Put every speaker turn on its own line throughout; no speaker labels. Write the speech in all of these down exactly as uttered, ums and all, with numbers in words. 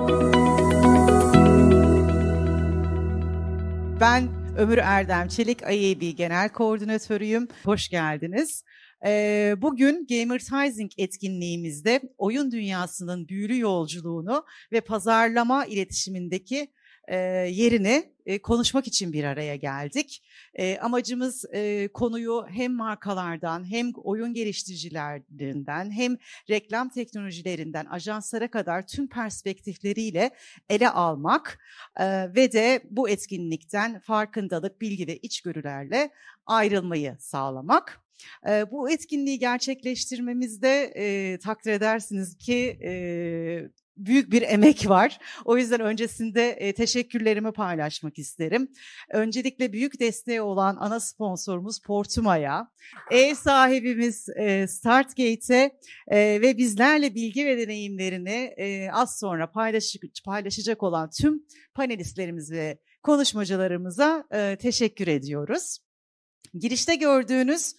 Ben Ömür Erdem Çelik, I A B Genel Koordinatörüyüm. Hoş geldiniz. Ee, bugün Gamertizing etkinliğimizde oyun dünyasının büyülü yolculuğunu ve pazarlama iletişimindeki e, yerini e, konuşmak için bir araya geldik. E, amacımız e, konuyu hem markalardan, hem oyun geliştiricilerinden, hem reklam teknolojilerinden ajanslara kadar tüm perspektifleriyle ele almak e, ve de bu etkinlikten farkındalık, bilgi ve içgörülerle ayrılmayı sağlamak. E, bu etkinliği gerçekleştirmemizde e, takdir edersiniz ki e, büyük bir emek var. O yüzden öncesinde e, teşekkürlerimi paylaşmak isterim. Öncelikle büyük desteği olan ana sponsorumuz Portuma'ya, ev sahibimiz e, Startgate'e e, ve bizlerle bilgi ve deneyimlerini e, az sonra paylaş, paylaşacak olan tüm panelistlerimiz ve konuşmacılarımıza e, teşekkür ediyoruz. Girişte gördüğünüz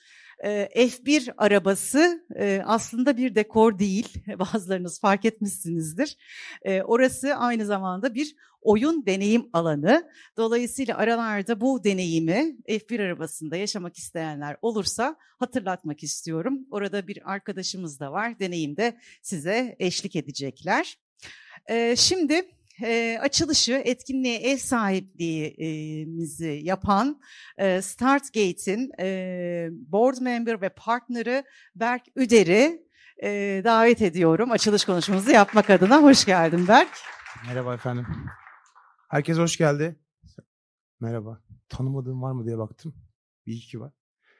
F bir arabası aslında bir dekor değil, bazılarınız fark etmişsinizdir. Orası aynı zamanda bir oyun deneyim alanı. Dolayısıyla aralarda bu deneyimi F bir arabasında yaşamak isteyenler olursa hatırlatmak istiyorum. Orada bir arkadaşımız da var, deneyimde size eşlik edecekler. Şimdi E, açılışı, etkinliğe ev sahipliğimizi yapan e, Startgate'in e, board member ve partneri Berk Üder'i e, davet ediyorum. Açılış konuşmamızı yapmak adına. Hoş geldin Berk.
Merhaba efendim. Herkes hoş geldi. Merhaba. Tanımadığım var mı diye baktım. Bir iki var.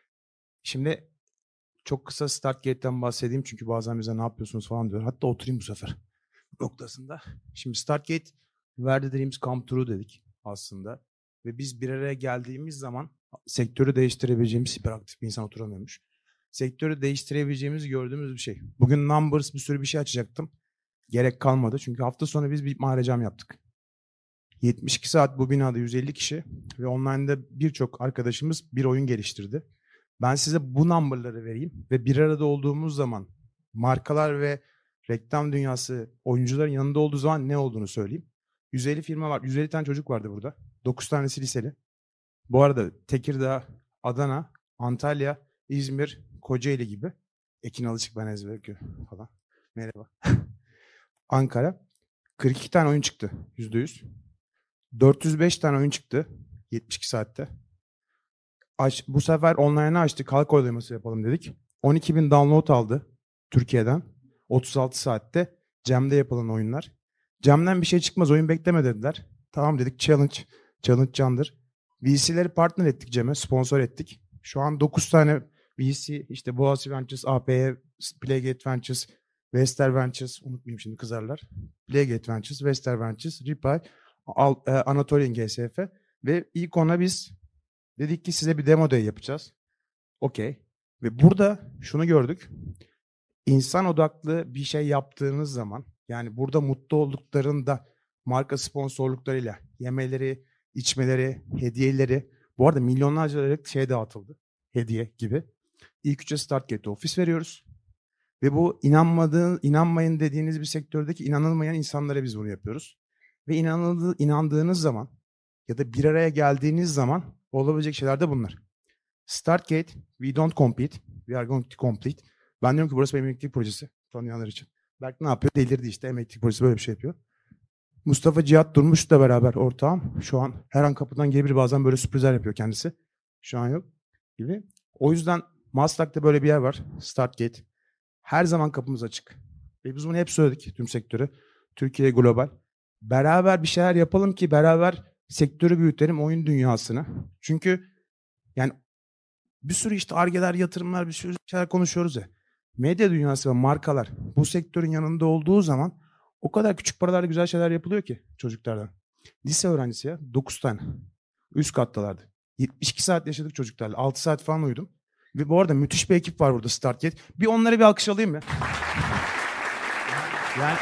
Şimdi çok kısa Startgate'den bahsedeyim çünkü bazen bize ne yapıyorsunuz falan diyor. Hatta oturayım bu sefer noktasında. Şimdi Startgate, Where the Dreams Come True dedik aslında. Ve biz bir araya geldiğimiz zaman sektörü değiştirebileceğimiz, hiperaktif bir insan oturamıyormuş. Sektörü değiştirebileceğimizi gördüğümüz bir şey. Bugün Numbers bir sürü bir şey açacaktım. Gerek kalmadı çünkü hafta sonu biz bir maharecam yaptık. yetmiş iki saat bu binada yüz elli kişi ve online'da birçok arkadaşımız bir oyun geliştirdi. Ben size bu number'ları vereyim ve bir arada olduğumuz zaman markalar ve reklam dünyası oyuncuların yanında olduğu zaman ne olduğunu söyleyeyim. yüz elli firma var. yüz elli tane çocuk vardı burada. dokuz tanesi liseli. Bu arada Tekirdağ, Adana, Antalya, İzmir, Kocaeli gibi. Ekin Alışık ben ezber falan. Merhaba. Ankara. kırk iki tane oyun çıktı. yüzde yüz. dört yüz beş tane oyun çıktı. yetmiş iki saatte. Aç, bu sefer online'ı açtık. Halk oylaması yapalım dedik. on iki bin download aldı Türkiye'den. otuz altı saatte Cem'de yapılan oyunlar. Cem'den bir şey çıkmaz, oyun bekleme dediler. Tamam dedik, challenge. Challenge candır. V C'leri partner ettik Cem'e, sponsor ettik. Şu an dokuz tane V C, işte Boğaziçi Ventures, A P E, Playgate Ventures, Vester Ventures, unutmayayım şimdi kızarlar. Playgate Ventures, Vester Ventures, Ripay, Anatolian G S F ve ilk ona biz dedik ki size bir demo day yapacağız. Okey. Ve burada şunu gördük. İnsan odaklı bir şey yaptığınız zaman, yani burada mutlu olduklarında marka sponsorluklarıyla yemeleri, içmeleri, hediyeleri, bu arada milyonlarca liralık şey dağıtıldı. Hediye gibi. İlk üçe Startgate'de ofis veriyoruz. Ve bu inanmadığı, inanmayın dediğiniz bir sektördeki inanılmayan insanlara biz bunu yapıyoruz. Ve inanıldığı, inandığınız zaman ya da bir araya geldiğiniz zaman olabilecek şeyler de bunlar. Startgate, we don't compete, we are going to complete. Ben diyorum ki burası benim emeklilik projesi. Tanıyanlar için. Berk ne yapıyor? Delirdi işte. Emeklilik projesi böyle bir şey yapıyor. Mustafa Cihat Durmuş'la beraber ortağım. Şu an her an kapıdan gelebilir. Bazen böyle sürprizler yapıyor kendisi. Şu an yok gibi. O yüzden Maslak'ta böyle bir yer var. Startgate. Her zaman kapımız açık. Ve biz bunu hep söyledik tüm sektörü. Türkiye global. Beraber bir şeyler yapalım ki beraber sektörü büyütelim, oyun dünyasını. Çünkü yani bir sürü işte Ar-Ge'ler, yatırımlar, bir sürü şeyler konuşuyoruz ya. Medya dünyası ve markalar bu sektörün yanında olduğu zaman o kadar küçük paralarla güzel şeyler yapılıyor ki çocuklardan. Lise öğrencisi ya dokuz tane. Üst kattalardı. yetmiş iki saat yaşadık çocuklarla. altı saat falan uyudum. Ve bu arada müthiş bir ekip var burada Startgate. Bir onlara bir alkış alayım mı? Yani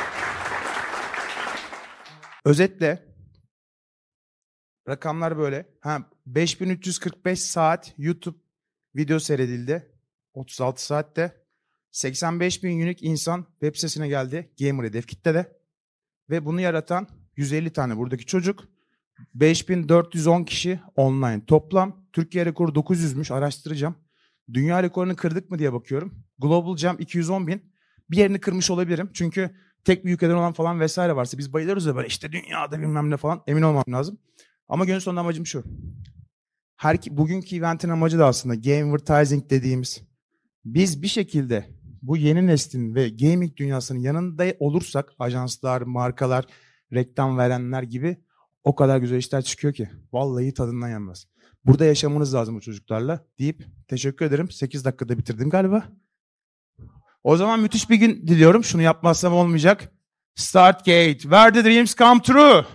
özetle rakamlar böyle. Ha, beş bin üç yüz kırk beş saat YouTube video seyredildi. otuz altı saatte. seksen beş bin unique insan web sitesine geldi. Gamer hedef kitlede. Ve bunu yaratan yüz elli tane buradaki çocuk. beş bin dört yüz on kişi online toplam. Türkiye rekoru dokuz yüzmüş, araştıracağım. Dünya rekorunu kırdık mı diye bakıyorum. Global Jam iki yüz on bin. Bir yerini kırmış olabilirim. Çünkü tek bir ülkeden olan falan vesaire varsa biz bayılırız ya böyle işte dünyada bilmem ne falan, emin olmam lazım. Ama günün sonunda amacım şu. Her, bugünkü eventin amacı da aslında game advertising dediğimiz. Biz bir şekilde bu yeni neslin ve gaming dünyasının yanında olursak ajanslar, markalar, reklam verenler gibi o kadar güzel işler çıkıyor ki vallahi tadından yenmez. Burada yaşamanız lazım bu çocuklarla deyip teşekkür ederim. sekiz dakikada bitirdim galiba. O zaman müthiş bir gün diliyorum. Şunu yapmazsam olmayacak. Startgate, where the dreams come true.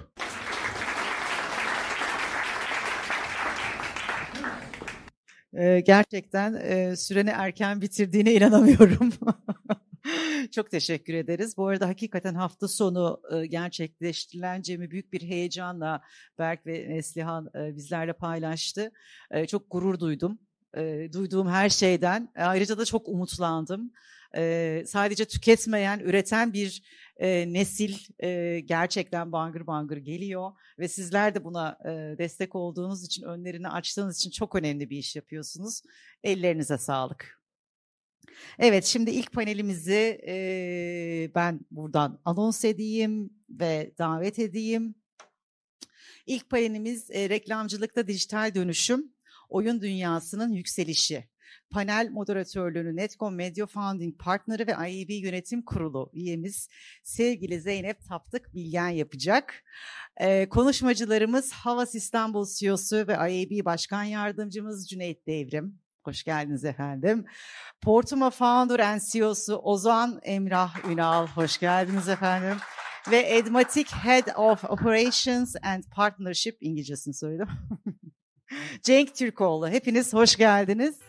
Ee, gerçekten e, süreni erken bitirdiğine inanamıyorum. Çok teşekkür ederiz. Bu arada hakikaten hafta sonu e, gerçekleştirilen Cem'i büyük bir heyecanla Berk ve Neslihan e, bizlerle paylaştı. E, çok gurur duydum. E, duyduğum her şeyden. E, ayrıca da çok umutlandım. E, sadece tüketmeyen, üreten bir e, nesil e, gerçekten bangır bangır geliyor. Ve sizler de buna e, destek olduğunuz için, önlerini açtığınız için çok önemli bir iş yapıyorsunuz. Ellerinize sağlık. Evet, şimdi ilk panelimizi e, ben buradan anons edeyim ve davet edeyim. İlk panelimiz e, reklamcılıkta dijital dönüşüm, oyun dünyasının yükselişi. Panel moderatörlüğünü Netcom Media Founding Partneri ve I A B Yönetim Kurulu üyemiz sevgili Zeynep Taptık Bilgen yapacak. Ee, konuşmacılarımız Havas İstanbul C E O'su ve I A B Başkan Yardımcımız Cüneyt Devrim. Hoş geldiniz efendim. Portuma Founder and C E O'su Ozan Emrah Ünal. Hoş geldiniz efendim. Ve Edmatic Head of Operations and Partnership, İngilizcesini söyledim. Cenk Türkoğlu. Hepiniz hoş geldiniz.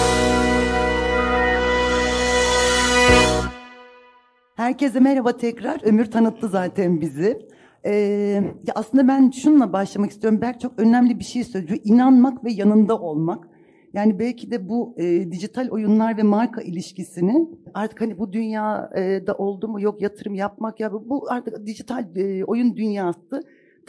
Herkese merhaba tekrar. Ömür tanıttı zaten bizi. Ee, ya aslında ben şununla başlamak istiyorum. Berk çok önemli bir şey söylüyor. İnanmak ve yanında olmak. Yani belki de bu e, dijital oyunlar ve marka ilişkisini artık hani bu dünyada oldu mu yok yatırım yapmak ya bu artık dijital e, oyun dünyası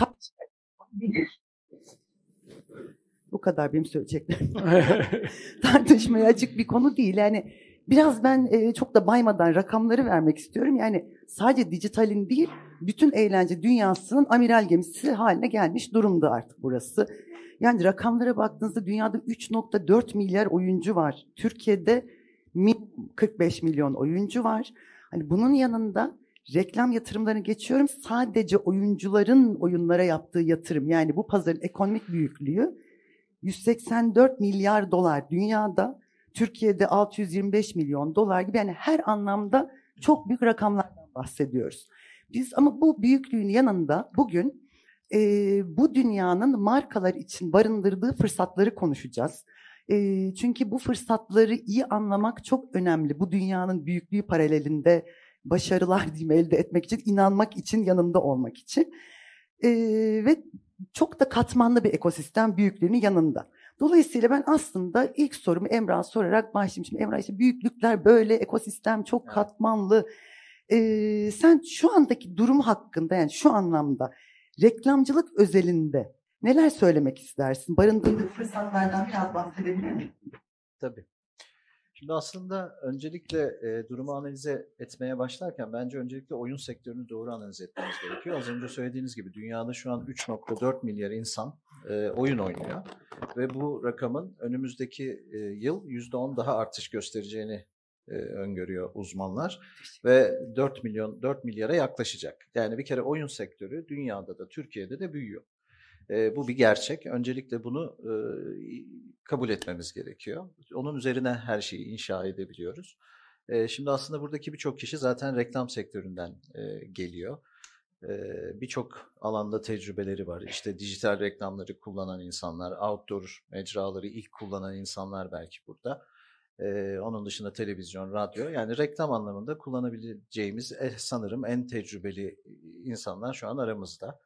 bu kadar benim söyleyeceklerim. Tartışmaya açık bir konu değil. Yani biraz ben e, çok da baymadan rakamları vermek istiyorum. Yani sadece dijitalin değil, bütün eğlence dünyasının amiral gemisi haline gelmiş durumda artık burası. Yani rakamlara baktığınızda dünyada üç nokta dört milyar oyuncu var. Türkiye'de kırk beş milyon oyuncu var. Hani bunun yanında reklam yatırımlarını geçiyorum. Sadece oyuncuların oyunlara yaptığı yatırım, yani bu pazarın ekonomik büyüklüğü yüz seksen dört milyar dolar dünyada, Türkiye'de altı yüz yirmi beş milyon dolar gibi, yani her anlamda çok büyük rakamlardan bahsediyoruz. Biz ama bu büyüklüğün yanında bugün e, bu dünyanın markalar için barındırdığı fırsatları konuşacağız. E, çünkü bu fırsatları iyi anlamak çok önemli. Bu dünyanın büyüklüğü paralelinde başarılar diyeyim, elde etmek için, inanmak için, yanında olmak için. E, ve çok da katmanlı bir ekosistem büyüklüğünün yanında. Dolayısıyla ben aslında ilk sorumu Emrah'a sorarak başlayayım. Şimdi Emrah, işte büyüklükler böyle, ekosistem çok katmanlı. Ee, sen şu andaki durum hakkında, yani şu anlamda reklamcılık özelinde neler söylemek istersin? Barındırdığı fırsatlardan biraz bahsedebilir misin?
Tabii. Şimdi aslında öncelikle e, durumu analize etmeye başlarken bence öncelikle oyun sektörünü doğru analiz etmemiz gerekiyor. Az önce söylediğiniz gibi dünyada şu an üç nokta dört milyar insan e, oyun oynuyor. Ve bu rakamın önümüzdeki e, yıl yüzde on daha artış göstereceğini e, öngörüyor uzmanlar. Ve dört milyon dört milyara yaklaşacak. Yani bir kere oyun sektörü dünyada da Türkiye'de de büyüyor. E, bu bir gerçek. Öncelikle bunu e, kabul etmemiz gerekiyor. Onun üzerine her şeyi inşa edebiliyoruz. E, şimdi aslında buradaki birçok kişi zaten reklam sektöründen e, geliyor. E, birçok alanda tecrübeleri var. İşte dijital reklamları kullanan insanlar, outdoor mecraları ilk kullanan insanlar belki burada. E, onun dışında televizyon, radyo, yani reklam anlamında kullanabileceğimiz eh, sanırım en tecrübeli insanlar şu an aramızda.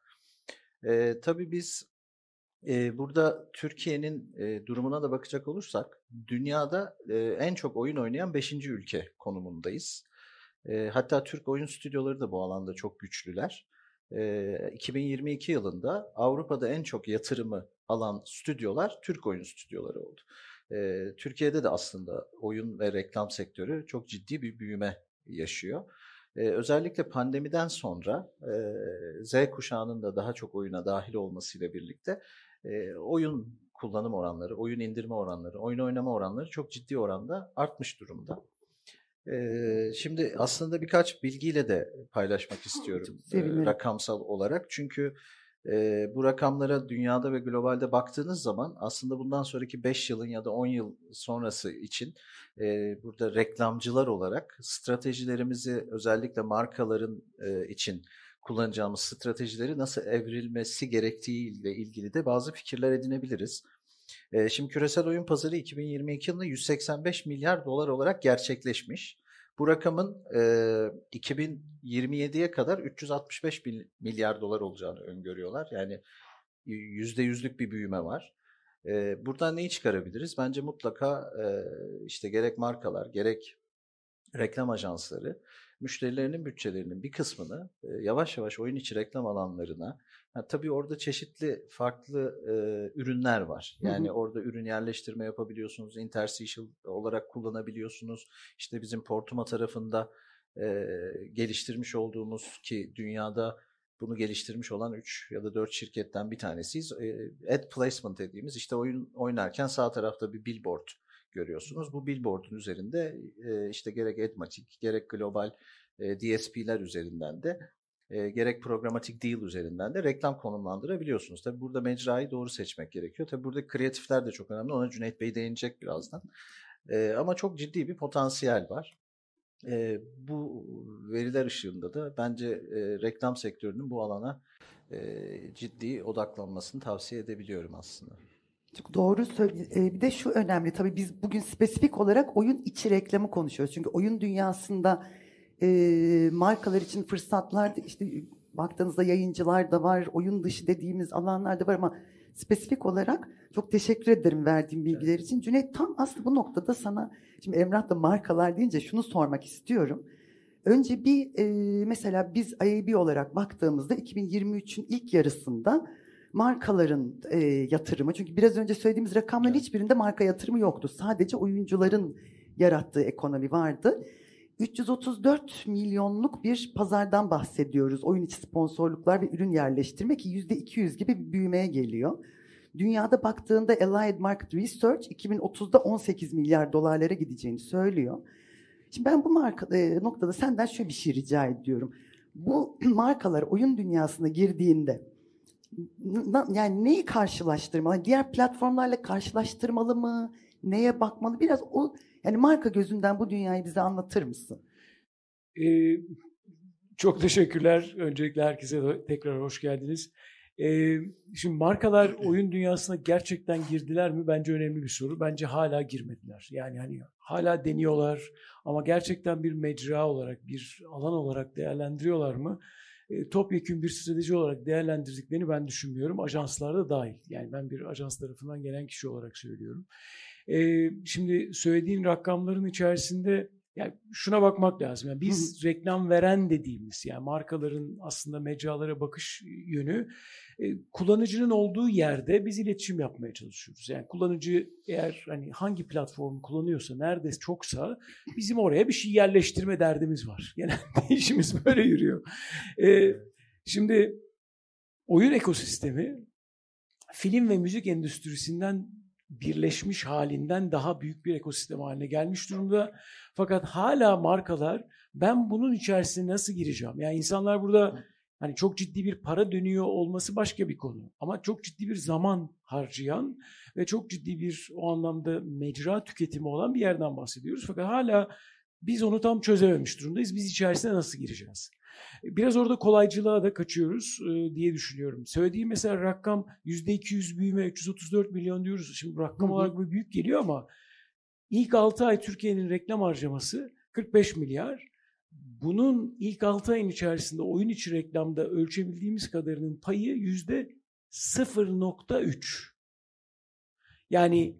E, tabii biz e, burada Türkiye'nin e, durumuna da bakacak olursak dünyada e, en çok oyun oynayan beşinci ülke konumundayız. E, hatta Türk oyun stüdyoları da bu alanda çok güçlüler. e, iki bin yirmi iki yılında Avrupa'da en çok yatırımı alan stüdyolar Türk oyun stüdyoları oldu. E, Türkiye'de de aslında oyun ve reklam sektörü çok ciddi bir büyüme yaşıyor. Ee, özellikle pandemiden sonra e, Z kuşağının da daha çok oyuna dahil olmasıyla birlikte e, oyun kullanım oranları, oyun indirme oranları, oyun oynama oranları çok ciddi oranda artmış durumda. E, şimdi aslında birkaç bilgiyle de paylaşmak istiyorum e, rakamsal olarak. Çünkü e, bu rakamlara dünyada ve globalde baktığınız zaman aslında bundan sonraki beş yılın ya da on yıl sonrası için e, burada reklamcılar olarak stratejilerimizi, özellikle markaların e, için kullanacağımız stratejileri nasıl evrilmesi gerektiğiyle ilgili de bazı fikirler edinebiliriz. E, şimdi küresel oyun pazarı iki bin yirmi iki yılında yüz seksen beş milyar dolar olarak gerçekleşmiş. Bu rakamın e, iki bin yirmi yediye kadar üç yüz altmış beş milyar dolar olacağını öngörüyorlar. Yani yüzde yüzlük bir büyüme var. E, buradan neyi çıkarabiliriz? Bence mutlaka e, işte gerek markalar, gerek reklam ajansları müşterilerinin bütçelerinin bir kısmını e, yavaş yavaş oyun içi reklam alanlarına, ha, tabii orada çeşitli farklı e, ürünler var. Yani hı hı. Orada ürün yerleştirme yapabiliyorsunuz, interstitial olarak kullanabiliyorsunuz. İşte bizim Portuma tarafında e, geliştirmiş olduğumuz, ki dünyada bunu geliştirmiş olan üç ya da dört şirketten bir tanesiyiz. E, ad placement dediğimiz, işte oyun oynarken sağ tarafta bir billboard görüyorsunuz. Bu billboard'un üzerinde e, işte gerek Admatic, gerek global e, D S P'ler üzerinden de e, gerek programatik deal üzerinden de reklam konumlandırabiliyorsunuz. Tabii burada mecrayı doğru seçmek gerekiyor. Tabii burada kreatifler de çok önemli. Ona Cüneyt Bey değinecek birazdan. E, ama çok ciddi bir potansiyel var. E, bu veriler ışığında da bence e, reklam sektörünün bu alana e, ciddi odaklanmasını tavsiye edebiliyorum aslında.
Çok doğru söylüyorsun. Bir de şu önemli, tabii biz bugün spesifik olarak oyun içi reklamı konuşuyoruz. Çünkü oyun dünyasında e, markalar için fırsatlar, işte baktığınızda yayıncılar da var, oyun dışı dediğimiz alanlar da var, ama spesifik olarak çok teşekkür ederim verdiğim bilgiler için. Cüneyt, tam aslında bu noktada sana, şimdi Emrah da markalar deyince şunu sormak istiyorum. Önce bir e, mesela biz I A B olarak baktığımızda iki bin yirmi üçün ilk yarısında markaların e, yatırımı, çünkü biraz önce söylediğimiz rakamların evet. hiçbirinde marka yatırımı yoktu. Sadece oyuncuların yarattığı ekonomi vardı. üç yüz otuz dört milyonluk bir pazardan bahsediyoruz. Oyun içi sponsorluklar ve ürün yerleştirme, ki yüzde iki yüz gibi bir büyümeye geliyor. Dünyada baktığında Allied Market Research iki bin otuzda on sekiz milyar dolarlara gideceğini söylüyor. Şimdi ben bu marka, e, noktada senden şöyle bir şey rica ediyorum. Bu markalar oyun dünyasına girdiğinde yani neyi karşılaştırmalı? Diğer platformlarla karşılaştırmalı mı? Neye bakmalı? Biraz o, yani marka gözünden bu dünyayı bize anlatır mısın?
Ee, çok teşekkürler. Öncelikle herkese de tekrar hoş geldiniz. Ee, şimdi markalar oyun dünyasına gerçekten girdiler mi? Bence önemli bir soru. Bence hala girmediler. Yani hani hala deniyorlar ama gerçekten bir mecra olarak, bir alan olarak değerlendiriyorlar mı? E, topyekün bir strateji olarak değerlendirdiklerini ben düşünmüyorum. Ajanslar da dahil. Yani ben bir ajans tarafından gelen kişi olarak söylüyorum. E, şimdi söylediğin rakamların içerisinde yani şuna bakmak lazım. Yani biz Hı. reklam veren dediğimiz, yani markaların aslında mecralara bakış yönü, e, kullanıcının olduğu yerde biz iletişim yapmaya çalışıyoruz. Yani kullanıcı eğer hani hangi platformu kullanıyorsa, nerede çoksa bizim oraya bir şey yerleştirme derdimiz var. Genelde işimiz böyle yürüyor. E, şimdi oyun ekosistemi film ve müzik endüstrisinden birleşmiş halinden daha büyük bir ekosistem haline gelmiş durumda. Fakat hala markalar, ben bunun içerisine nasıl gireceğim? Yani insanlar burada hani çok ciddi bir para dönüyor olması başka bir konu. Ama çok ciddi bir zaman harcayan ve çok ciddi bir o anlamda mecra tüketimi olan bir yerden bahsediyoruz. Fakat hala biz onu tam çözememiş durumdayız. Biz içerisine nasıl gireceğiz? Biraz orada kolaycılığa da kaçıyoruz e, diye düşünüyorum. Söylediğim mesela rakam yüzde iki yüz büyüme, üç yüz otuz dört milyon diyoruz. Şimdi rakam hı hı. olarak büyük geliyor ama ilk altı ay Türkiye'nin reklam harcaması kırk beş milyar. Bunun ilk altı ayın içerisinde oyun içi reklamda ölçebildiğimiz kadarının payı yüzde sıfır nokta üç. Yani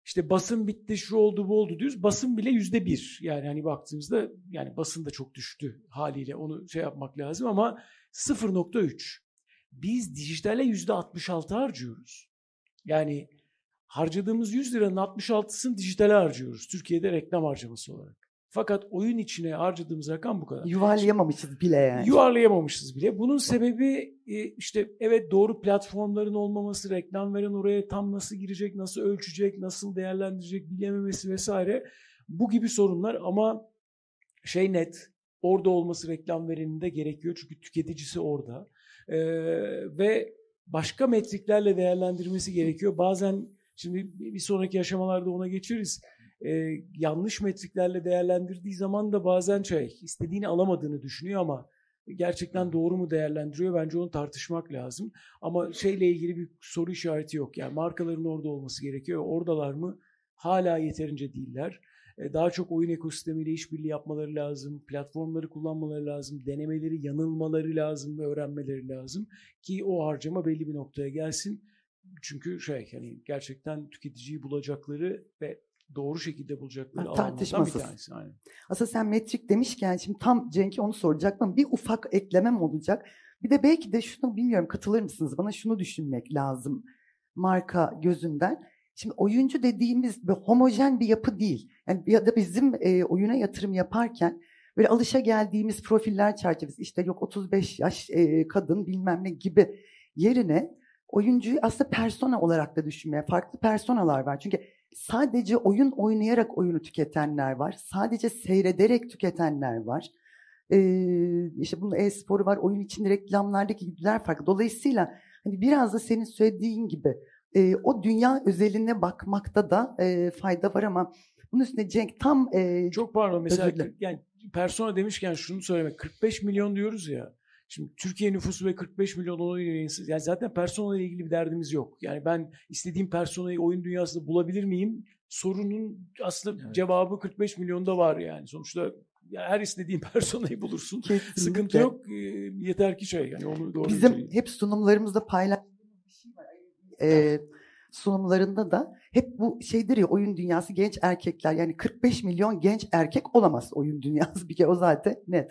İşte basın bitti, şu oldu, bu oldu diyoruz. Basın bile yüzde bir. Yani hani baktığımızda yani basın da çok düştü haliyle. Onu şey yapmak lazım ama sıfır nokta üç. Biz dijitale yüzde altmış altı harcıyoruz. Yani harcadığımız yüz liranın altmış altısını dijitale harcıyoruz. Türkiye'de reklam harcaması olarak. Fakat oyun içine harcadığımız rakam bu kadar.
Yuvarlayamamışız bile yani.
Yuvarlayamamışız bile. Bunun sebebi işte evet doğru platformların olmaması, reklam veren oraya tam nasıl girecek, nasıl ölçecek, nasıl değerlendirecek bilememesi vesaire. Bu gibi sorunlar ama şey net, orada olması reklam verenin de gerekiyor. Çünkü tüketicisi orada. Ee, ve başka metriklerle değerlendirmesi gerekiyor. Bazen şimdi bir sonraki aşamalarda ona geçeriz. Ee, yanlış metriklerle değerlendirdiği zaman da bazen şey istediğini alamadığını düşünüyor ama gerçekten doğru mu değerlendiriyor? Bence onu tartışmak lazım. Ama şeyle ilgili bir soru işareti yok. Yani markaların orada olması gerekiyor. Oradalar mı? Hala yeterince değiller. Ee, daha çok oyun ekosistemiyle işbirliği yapmaları lazım. Platformları kullanmaları lazım. Denemeleri, yanılmaları lazım ve öğrenmeleri lazım. Ki o harcama belli bir noktaya gelsin. Çünkü şey hani gerçekten tüketiciyi bulacakları ve doğru şekilde bulacakları alanlardan bir tanesi. Aynen.
Aslında sen metrik demişken şimdi tam Cenk'e onu soracaktım. Bir ufak eklemem olacak. Bir de belki de şunu bilmiyorum katılır mısınız? Bana şunu düşünmek lazım marka gözünden. Şimdi oyuncu dediğimiz bir homojen bir yapı değil. Yani ya da bizim e, oyuna yatırım yaparken böyle alışa geldiğimiz profiller çerçevesi işte yok otuz beş yaş e, kadın bilmem ne gibi yerine oyuncuyu aslında persona olarak da düşünmeye farklı personalar var. Çünkü sadece oyun oynayarak oyunu tüketenler var. Sadece seyrederek tüketenler var. Ee, işte bunun e-sporu var. Oyun içinde reklamlardaki gibiler farklı. Dolayısıyla hani biraz da senin söylediğin gibi e, o dünya özeline bakmakta da e, fayda var ama bunun üstüne Cenk tam... E,
Çok pardon mesela yani persona demişken şunu söylemek. kırk beş milyon diyoruz ya. Şimdi Türkiye nüfusu ve kırk beş milyon oyun üyesi. Yani zaten persona ile ilgili bir derdimiz yok. Yani ben istediğim personayı oyun dünyasında bulabilir miyim? Sorunun aslında evet. Cevabı kırk beş milyonda var yani. Sonuçta her istediğin personayı bulursun. Kesinlikle. Sıkıntı yok. Yeter ki şey yani onu doğru
bizim
söyleyeyim.
Hep sunumlarımızda paylaştığımız bir şey var. Ee, sunumlarında da hep bu şeydir ya oyun dünyası genç erkekler. Yani kırk beş milyon genç erkek olamaz oyun dünyası. Bir kere o zaten net.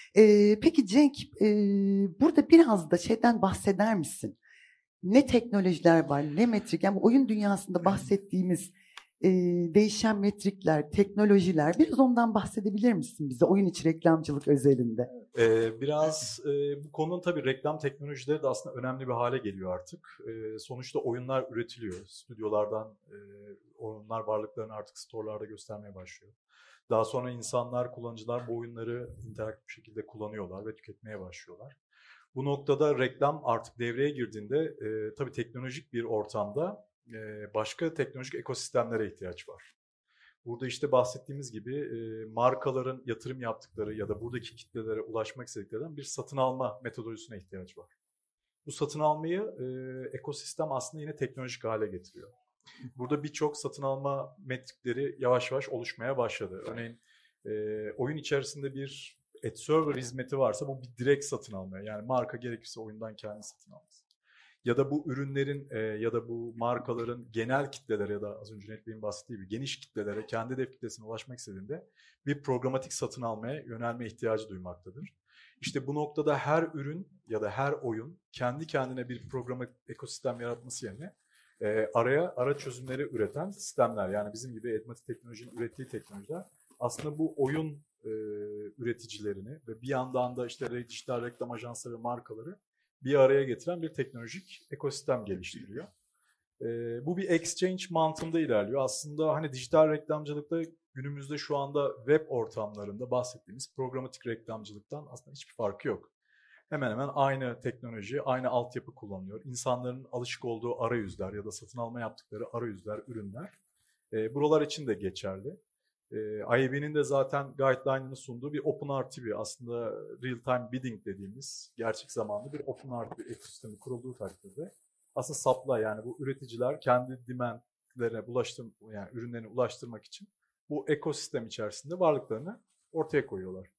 Ee, peki Cenk, e, burada biraz da şeyden bahseder misin? Ne teknolojiler var, ne metrik? Yani oyun dünyasında bahsettiğimiz e, değişen metrikler, teknolojiler, biraz ondan bahsedebilir misin bize oyun içi reklamcılık özelinde?
Ee, biraz e, bu konunun tabii reklam teknolojileri de aslında önemli bir hale geliyor artık. E, sonuçta oyunlar üretiliyor. Stüdyolardan e, oyunlar varlıklarını artık storelarda göstermeye başlıyor. Daha sonra insanlar, kullanıcılar bu oyunları interaktif bir şekilde kullanıyorlar ve tüketmeye başlıyorlar. Bu noktada reklam artık devreye girdiğinde e, tabii teknolojik bir ortamda e, başka teknolojik ekosistemlere ihtiyaç var. Burada işte bahsettiğimiz gibi e, markaların yatırım yaptıkları ya da buradaki kitlelere ulaşmak istediklerinden bir satın alma metodolojisine ihtiyaç var. Bu satın almayı e, ekosistem aslında yine teknolojik hale getiriyor. Burada birçok satın alma metrikleri yavaş yavaş oluşmaya başladı. Örneğin e, oyun içerisinde bir ad server hizmeti varsa bu bir direkt satın almaya. Yani marka gerekirse oyundan kendi satın alması. Ya da bu ürünlerin e, ya da bu markaların genel kitlelere ya da az önce Cüneyt Bey'in bahsettiği gibi geniş kitlelere, kendi hedef kitlesine ulaşmak istediğinde bir programatik satın almaya yönelme ihtiyacı duymaktadır. İşte bu noktada her ürün ya da her oyun kendi kendine bir programatik ekosistem yaratması yerine E, araya ara çözümleri üreten sistemler, yani bizim gibi Edmatic Teknoloji'nin ürettiği teknolojiler aslında bu oyun e, üreticilerini ve bir yandan da işte dijital reklam ajansları ve markaları bir araya getiren bir teknolojik ekosistem geliştiriyor. E, bu bir exchange mantığında ilerliyor. Aslında hani dijital reklamcılıkta günümüzde şu anda web ortamlarında bahsettiğimiz programatik reklamcılıktan aslında hiçbir farkı yok. Hemen hemen aynı teknoloji, aynı altyapı kullanılıyor. İnsanların alışık olduğu arayüzler ya da satın alma yaptıkları arayüzler, ürünler. E, buralar için de geçerli. E, I A B'nin de zaten guideline'ını sunduğu bir OpenRTB, aslında real time bidding dediğimiz gerçek zamanlı bir OpenRTB ekosistemi kurulduğu takdirde aslında supply, yani bu üreticiler kendi demandlerine ulaştırma, yani ürünlerini ulaştırmak için bu ekosistem içerisinde varlıklarını ortaya koyuyorlar.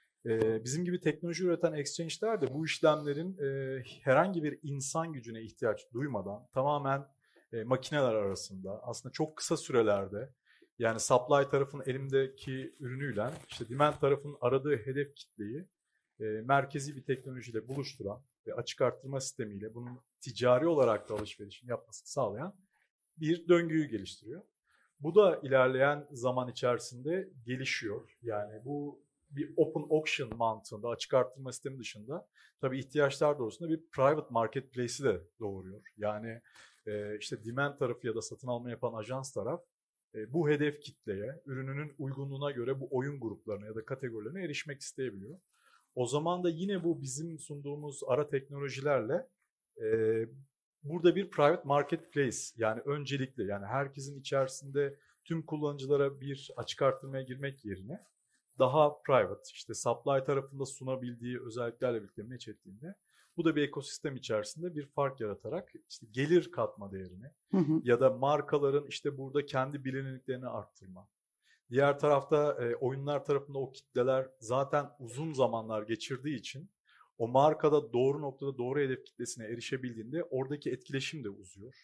Ee, bizim gibi teknoloji üreten exchange'ler de bu işlemlerin e, herhangi bir insan gücüne ihtiyaç duymadan tamamen e, makineler arasında aslında çok kısa sürelerde, yani supply tarafının elimdeki ürünüyle işte demand tarafının aradığı hedef kitleyi e, merkezi bir teknolojiyle buluşturan ve açık arttırma sistemiyle bunun ticari olarak da alışverişini yapmasını sağlayan bir döngüyü geliştiriyor. Bu da ilerleyen zaman içerisinde gelişiyor. Yani bu bir open auction mantığında, açık arttırma sistemi dışında tabii ihtiyaçlar doğrusunda bir private marketplace'i de doğuruyor. Yani e, işte demand tarafı ya da satın alma yapan ajans taraf e, bu hedef kitleye, ürününün uygunluğuna göre bu oyun gruplarına ya da kategorilerine erişmek isteyebiliyor. O zaman da yine bu bizim sunduğumuz ara teknolojilerle e, burada bir private marketplace, yani öncelikle yani herkesin içerisinde tüm kullanıcılara bir açık arttırmaya girmek yerine daha private, işte supply tarafında sunabildiği özelliklerle birlikte match ettiğinde bu da bir ekosistem içerisinde bir fark yaratarak işte gelir katma değerini
Hı hı.
ya da markaların işte burada kendi bilinirliklerini arttırma. Diğer tarafta e, oyunlar tarafında o kitleler zaten uzun zamanlar geçirdiği için o markada doğru noktada doğru hedef kitlesine erişebildiğinde oradaki etkileşim de uzuyor.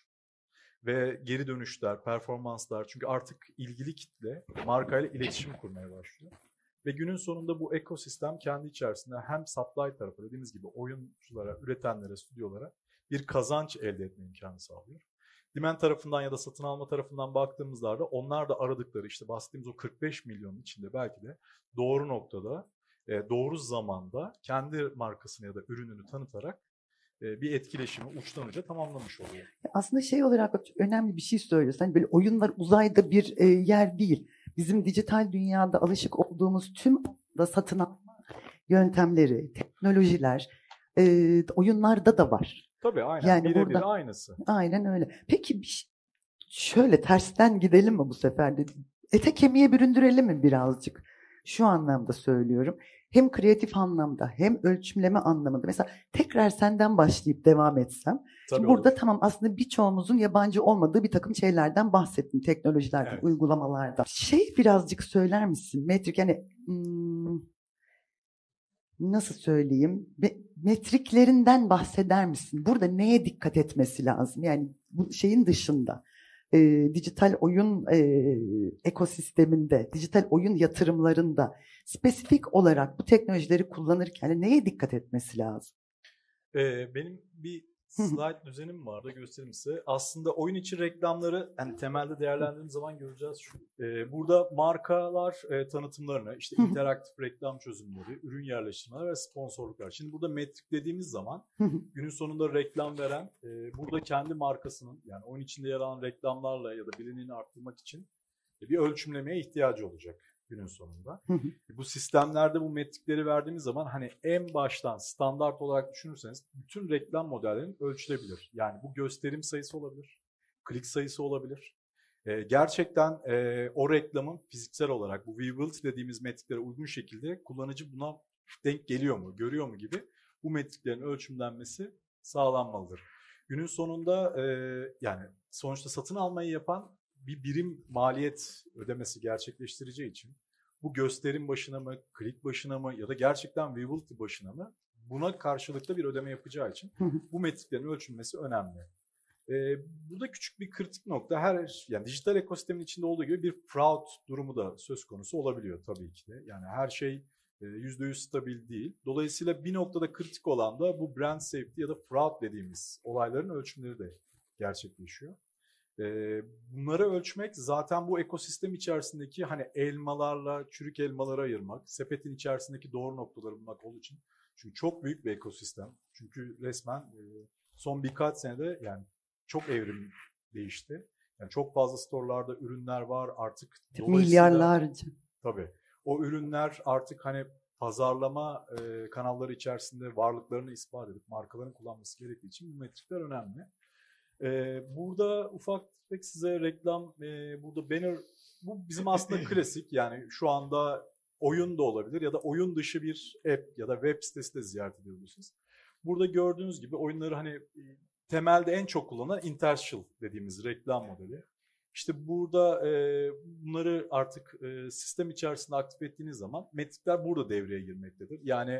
Ve geri dönüşler, performanslar, çünkü artık ilgili kitle markayla iletişim kurmaya başlıyor. Ve günün sonunda bu ekosistem kendi içerisinde hem supply tarafı, dediğimiz gibi oyunculara, üretenlere, stüdyolara bir kazanç elde etme imkanı sağlıyor. Demand tarafından ya da satın alma tarafından baktığımızda onlar da aradıkları işte bahsettiğimiz o kırk beş milyonun içinde belki de doğru noktada, doğru zamanda kendi markasını ya da ürününü tanıtarak bir etkileşimi uçtan uca tamamlamış oluyor.
Aslında şey olarak önemli bir şey söylüyorsun. Hani böyle oyunlar uzayda bir e, yer değil. Bizim dijital dünyada alışık olduğumuz tüm da satın alma yöntemleri, teknolojiler e, oyunlarda da var.
Tabii aynen.
Yani
Birebir
burada,
aynısı.
Aynen öyle. Peki bir, şöyle tersten gidelim mi bu sefer de? Ete kemiğe büründürelim mi birazcık? Şu anlamda söylüyorum. Hem kreatif anlamda hem ölçümleme anlamında. Mesela tekrar senden başlayıp devam etsem. Şimdi burada
olur.
Tamam aslında birçoğumuzun yabancı olmadığı bir takım şeylerden bahsettim. Teknolojilerden,
Evet.
uygulamalardan. Şey birazcık söyler misin? Metrik yani hmm, nasıl söyleyeyim? Metriklerinden bahseder misin? Burada neye dikkat etmesi lazım? Yani bu şeyin dışında. E, dijital oyun e, ekosisteminde, dijital oyun yatırımlarında spesifik olarak bu teknolojileri kullanırken neye dikkat etmesi lazım?
Ee, benim bir slide düzenim vardı, göstereyim size. Aslında oyun içi reklamları yani temelde değerlendirdiğim zaman göreceğiz şu. Ee, burada markalar e, tanıtımlarını, işte interaktif reklam çözümleri, ürün yerleştirmeler ve sponsorluklar. Şimdi burada metrik dediğimiz zaman günün sonunda reklam veren, e, burada kendi markasının yani oyun içinde yer alan reklamlarla ya da bilinirliğini arttırmak için bir ölçümlemeye ihtiyacı olacak günün sonunda. Bu sistemlerde bu metrikleri verdiğimiz zaman hani en baştan standart olarak düşünürseniz bütün reklam modellerinin ölçülebilir. Yani bu gösterim sayısı olabilir, klik sayısı olabilir. Ee, gerçekten e, o reklamın fiziksel olarak bu viewability dediğimiz metriklere uygun şekilde kullanıcı buna denk geliyor mu, görüyor mu gibi bu metriklerin ölçümlenmesi sağlanmalıdır. Günün sonunda e, yani sonuçta satın almayı yapan bir birim maliyet ödemesi gerçekleştireceği için bu gösterim başına mı, klik başına mı ya da gerçekten viewability başına mı buna karşılıklı bir ödeme yapacağı için bu metriklerin ölçülmesi önemli. Ee, burada küçük bir kritik nokta, her yani dijital ekosistemin içinde olduğu gibi bir fraud durumu da söz konusu olabiliyor tabii ki de. Yani her şey yüzde yüz stabil değil. Dolayısıyla bir noktada kritik olan da bu brand safety ya da fraud dediğimiz olayların ölçümleri de gerçekleşiyor. Bunları ölçmek zaten bu ekosistem içerisindeki hani elmalarla çürük elmaları ayırmak, sepetin içerisindeki doğru noktaları bulmak olduğu için. Çünkü çok büyük bir ekosistem. Çünkü resmen son birkaç senede yani çok evrim değişti. Yani çok fazla storelarda ürünler var artık.
Milyarlarca.
Tabii. O ürünler artık hani pazarlama e, kanalları içerisinde varlıklarını ispat edip markaların kullanması gerektiği için bu metrikler önemli. Ee, burada ufak tefek size reklam, e, burada banner, bu bizim aslında klasik yani şu anda oyun da olabilir ya da oyun dışı bir app ya da web sitesi de ziyaret edebilirsiniz. Burada gördüğünüz gibi oyunları hani temelde en çok kullanılan interstitial dediğimiz reklam modeli. İşte burada e, bunları artık e, sistem içerisinde aktif ettiğiniz zaman metrikler burada devreye girmektedir. Yani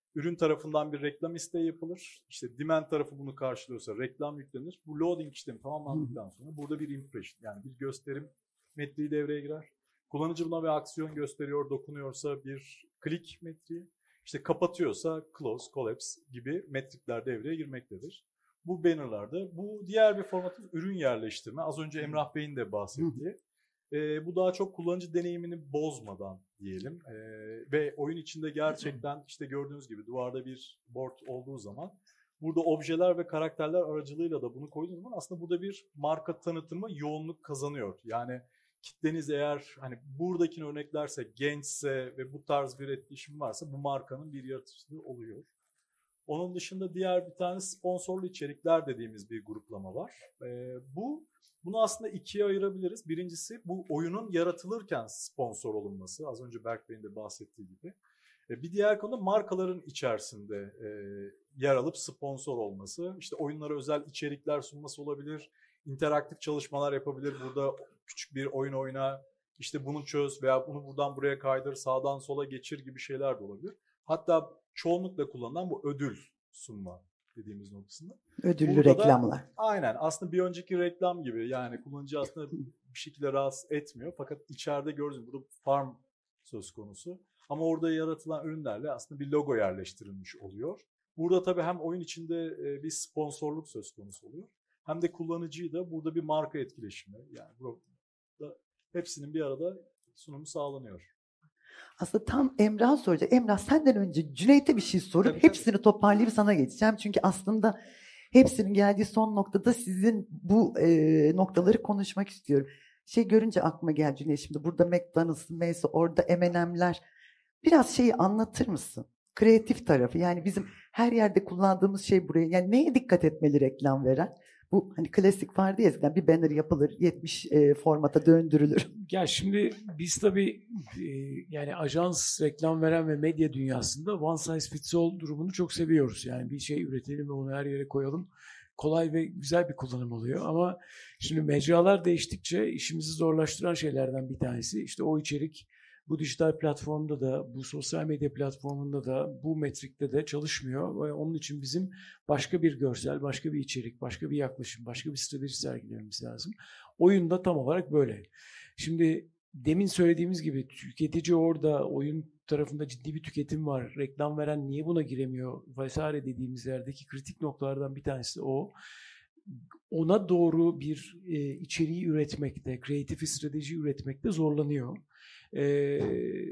Ürün tarafından bir reklam isteği yapılır. İşte demand tarafı bunu karşılıyorsa reklam yüklenir. Bu loading işlemi tamamlandıktan sonra burada bir impression yani bir gösterim metriği devreye girer. Kullanıcı buna bir aksiyon gösteriyor, dokunuyorsa bir click metriği. İşte kapatıyorsa close, collapse gibi metrikler devreye girmektedir. Bu bannerlarda. Bu diğer bir formatın ürün yerleştirme. Az önce Emrah Bey'in de bahsettiği. E, bu daha çok kullanıcı deneyimini bozmadan diyelim. E, ve oyun içinde gerçekten işte gördüğünüz gibi duvarda bir board olduğu zaman burada objeler ve karakterler aracılığıyla da bunu koyduğunuz zaman aslında burada bir marka tanıtımı yoğunluk kazanıyor. Yani kitleniz eğer hani buradaki örneklerse gençse ve bu tarz bir etkileşim varsa bu markanın bir yaratıcılığı oluyor. Onun dışında diğer bir tane sponsorlu içerikler dediğimiz bir gruplama var. E, bu Bunu aslında ikiye ayırabiliriz. Birincisi bu oyunun yaratılırken sponsor olunması. Az önce Berk Bey'in de bahsettiği gibi. Bir diğer konu markaların içerisinde e, yer alıp sponsor olması. İşte oyunlara özel içerikler sunması olabilir. İnteraktif çalışmalar yapabilir. Burada küçük bir oyun oyna, işte bunu çöz veya bunu buradan buraya kaydır, sağdan sola geçir gibi şeyler de olabilir. Hatta çoğunlukla kullanılan bu ödül sunma dediğimiz noktasında.
Ödüllü
Burada
reklamlar.
Da, aynen. Aslında bir önceki reklam gibi. Yani kullanıcı aslında bir şekilde rahatsız etmiyor. Fakat içeride gördüğünüz burada farm söz konusu. Ama orada yaratılan ürünlerle aslında bir logo yerleştirilmiş oluyor. Burada tabii hem oyun içinde bir sponsorluk söz konusu oluyor. Hem de kullanıcıyı da burada bir marka etkileşimi. Yani burada hepsinin bir arada sunumu sağlanıyor.
Aslında tam Emrah'a soracak. Emrah senden önce Cüneyt'e bir şey sorup
Tabii,
hepsini
tabii.
toparlayıp sana geçeceğim. Çünkü aslında hepsinin geldiği son noktada sizin bu e, noktaları konuşmak istiyorum. Şey görünce aklıma geldi Cüneyt şimdi. Burada McDonald's, Macy, orada M and M'ler. Biraz şeyi anlatır mısın? Kreatif tarafı. Yani bizim her yerde kullandığımız şey buraya. Yani neye dikkat etmeli reklam veren? Bu hani klasik vardı ya eskiden bir banner yapılır, yetmiş e, formata döndürülür.
Ya şimdi biz tabii e, yani ajans, reklam veren ve medya dünyasında one size fits all durumunu çok seviyoruz. Yani bir şey üretelim ve onu her yere koyalım. Kolay ve güzel bir kullanım oluyor. Ama şimdi mecralar değiştikçe işimizi zorlaştıran şeylerden bir tanesi işte o içerik bu dijital platformda da, bu sosyal medya platformunda da, bu metrikte de çalışmıyor. Ve onun için bizim başka bir görsel, başka bir içerik, başka bir yaklaşım, başka bir strateji sergilememiz lazım. Oyun da tam olarak böyle. Şimdi demin söylediğimiz gibi tüketici orada, oyun tarafında ciddi bir tüketim var. Reklam veren niye buna giremiyor vesaire dediğimiz yerdeki kritik noktalardan bir tanesi o. Ona doğru bir e, içeriği üretmekte, kreatif strateji üretmekte zorlanıyor. Ee,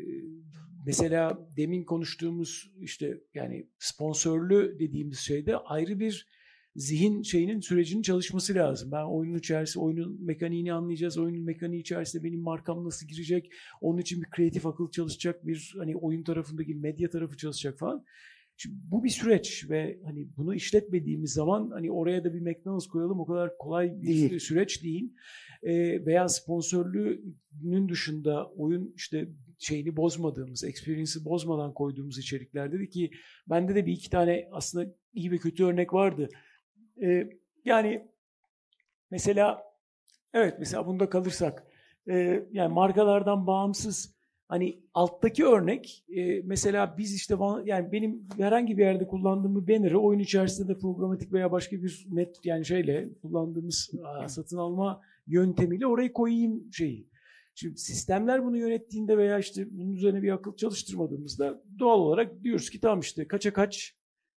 mesela demin konuştuğumuz işte yani sponsorlu dediğimiz şeyde ayrı bir zihin şeyinin sürecinin çalışması lazım. Ben oyunun içerisinde oyunun mekaniğini anlayacağız. Oyunun mekaniği içerisinde benim markam nasıl girecek? Onun için bir kreatif akıl çalışacak, bir hani oyun tarafındaki medya tarafı çalışacak falan. Şimdi bu bir süreç ve hani bunu işletmediğimiz zaman hani oraya da bir McDonald's koyalım o kadar kolay bir değil. Süreç değil. E, veya sponsorluğunun dışında oyun işte şeyini bozmadığımız, experience'ı bozmadan koyduğumuz içeriklerde ki bende de bir iki tane aslında iyi ve kötü örnek vardı. E, yani mesela evet mesela bunda kalırsak e, yani markalardan bağımsız. Hani alttaki örnek e, mesela biz işte yani benim herhangi bir yerde kullandığım bir banner'ı oyun içerisinde de programatik veya başka bir net yani şeyle kullandığımız satın alma yöntemiyle oraya koyayım şeyi. Şimdi sistemler bunu yönettiğinde veya işte bunun üzerine bir akıl çalıştırmadığımızda doğal olarak diyoruz ki tamam işte kaça kaç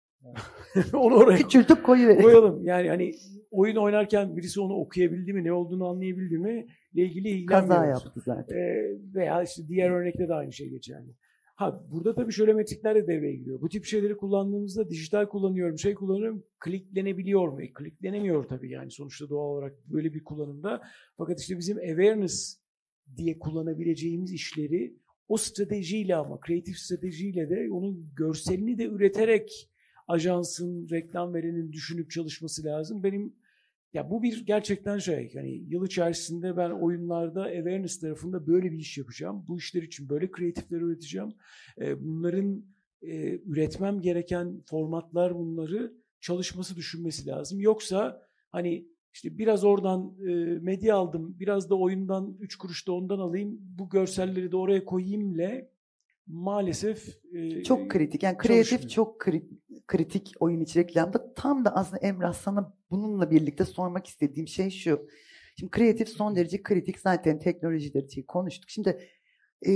onu oraya
küçültüp koyuverelim.
Koyalım. Yani hani oyun oynarken birisi onu okuyabildi mi, ne olduğunu anlayabildi mi ile ilgili ilgilenmiyoruz.
Kaza yaptı zaten.
Ee, veya işte diğer örnekte de aynı şey geçerli. Ha burada tabii şöyle metrikler de devreye giriyor. Bu tip şeyleri kullandığımızda dijital kullanıyorum, şey kullanıyorum, kliklenebiliyor mu? E, kliklenemiyor tabii yani sonuçta doğal olarak böyle bir kullanımda. Fakat işte bizim awareness diye kullanabileceğimiz işleri o stratejiyle ama kreatif stratejiyle de onun görselini de üreterek ajansın, reklam verenin düşünüp çalışması lazım. Benim ya bu bir gerçekten şey yani yıl içerisinde ben oyunlarda awareness tarafında böyle bir iş yapacağım. Bu işler için böyle kreatifler üreteceğim. Bunların üretmem gereken formatlar bunları çalışması düşünmesi lazım. Yoksa hani işte biraz oradan medya aldım, biraz da oyundan üç kuruş da ondan alayım, bu görselleri de oraya koyayımle maalesef e,
Çok kritik. Yani kreatif
çalışmıyor.
çok kri- kritik oyun içi reklamda. Tam da aslında Emrah sana bununla birlikte sormak istediğim şey şu. Şimdi kreatif son derece kritik. Zaten teknolojileri konuştuk. Şimdi e,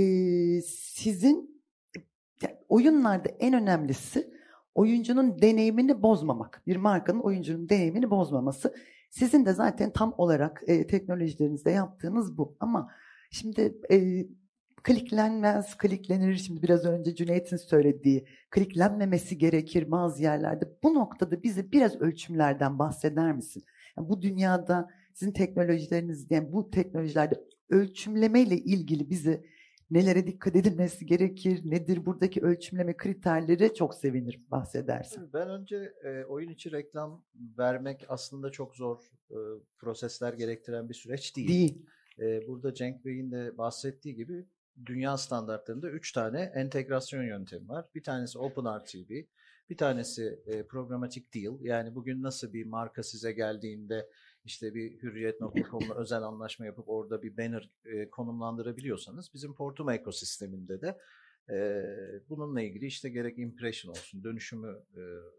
sizin yani oyunlarda en önemlisi oyuncunun deneyimini bozmamak. Bir markanın oyuncunun deneyimini bozmaması. Sizin de zaten tam olarak e, teknolojilerinizde yaptığınız bu. Ama şimdi e, kliklenmez, kliklenir. Şimdi biraz önce Cüneyt'in söylediği kliklenmemesi gerekir bazı yerlerde. Bu noktada bize biraz ölçümlerden bahseder misin? Yani bu dünyada sizin teknolojileriniz, yani bu teknolojilerde ölçümlemeyle ilgili bize nelere dikkat edilmesi gerekir, nedir buradaki ölçümleme kriterleri, çok sevinirim bahsedersin.
Ben önce e, oyun içi reklam vermek aslında çok zor e, prosesler gerektiren bir süreç değil.
Değil.
E, burada Cenk Bey'in de bahsettiği gibi dünya standartlarında üç tane entegrasyon yöntemi var. Bir tanesi OpenRTB, bir tanesi e, Programmatic Deal. Yani bugün nasıl bir marka size geldiğinde işte bir hürriyet nokta com'la özel anlaşma yapıp orada bir banner e, konumlandırabiliyorsanız, bizim Portum ekosisteminde de e, bununla ilgili işte gerek impression olsun, dönüşümü e,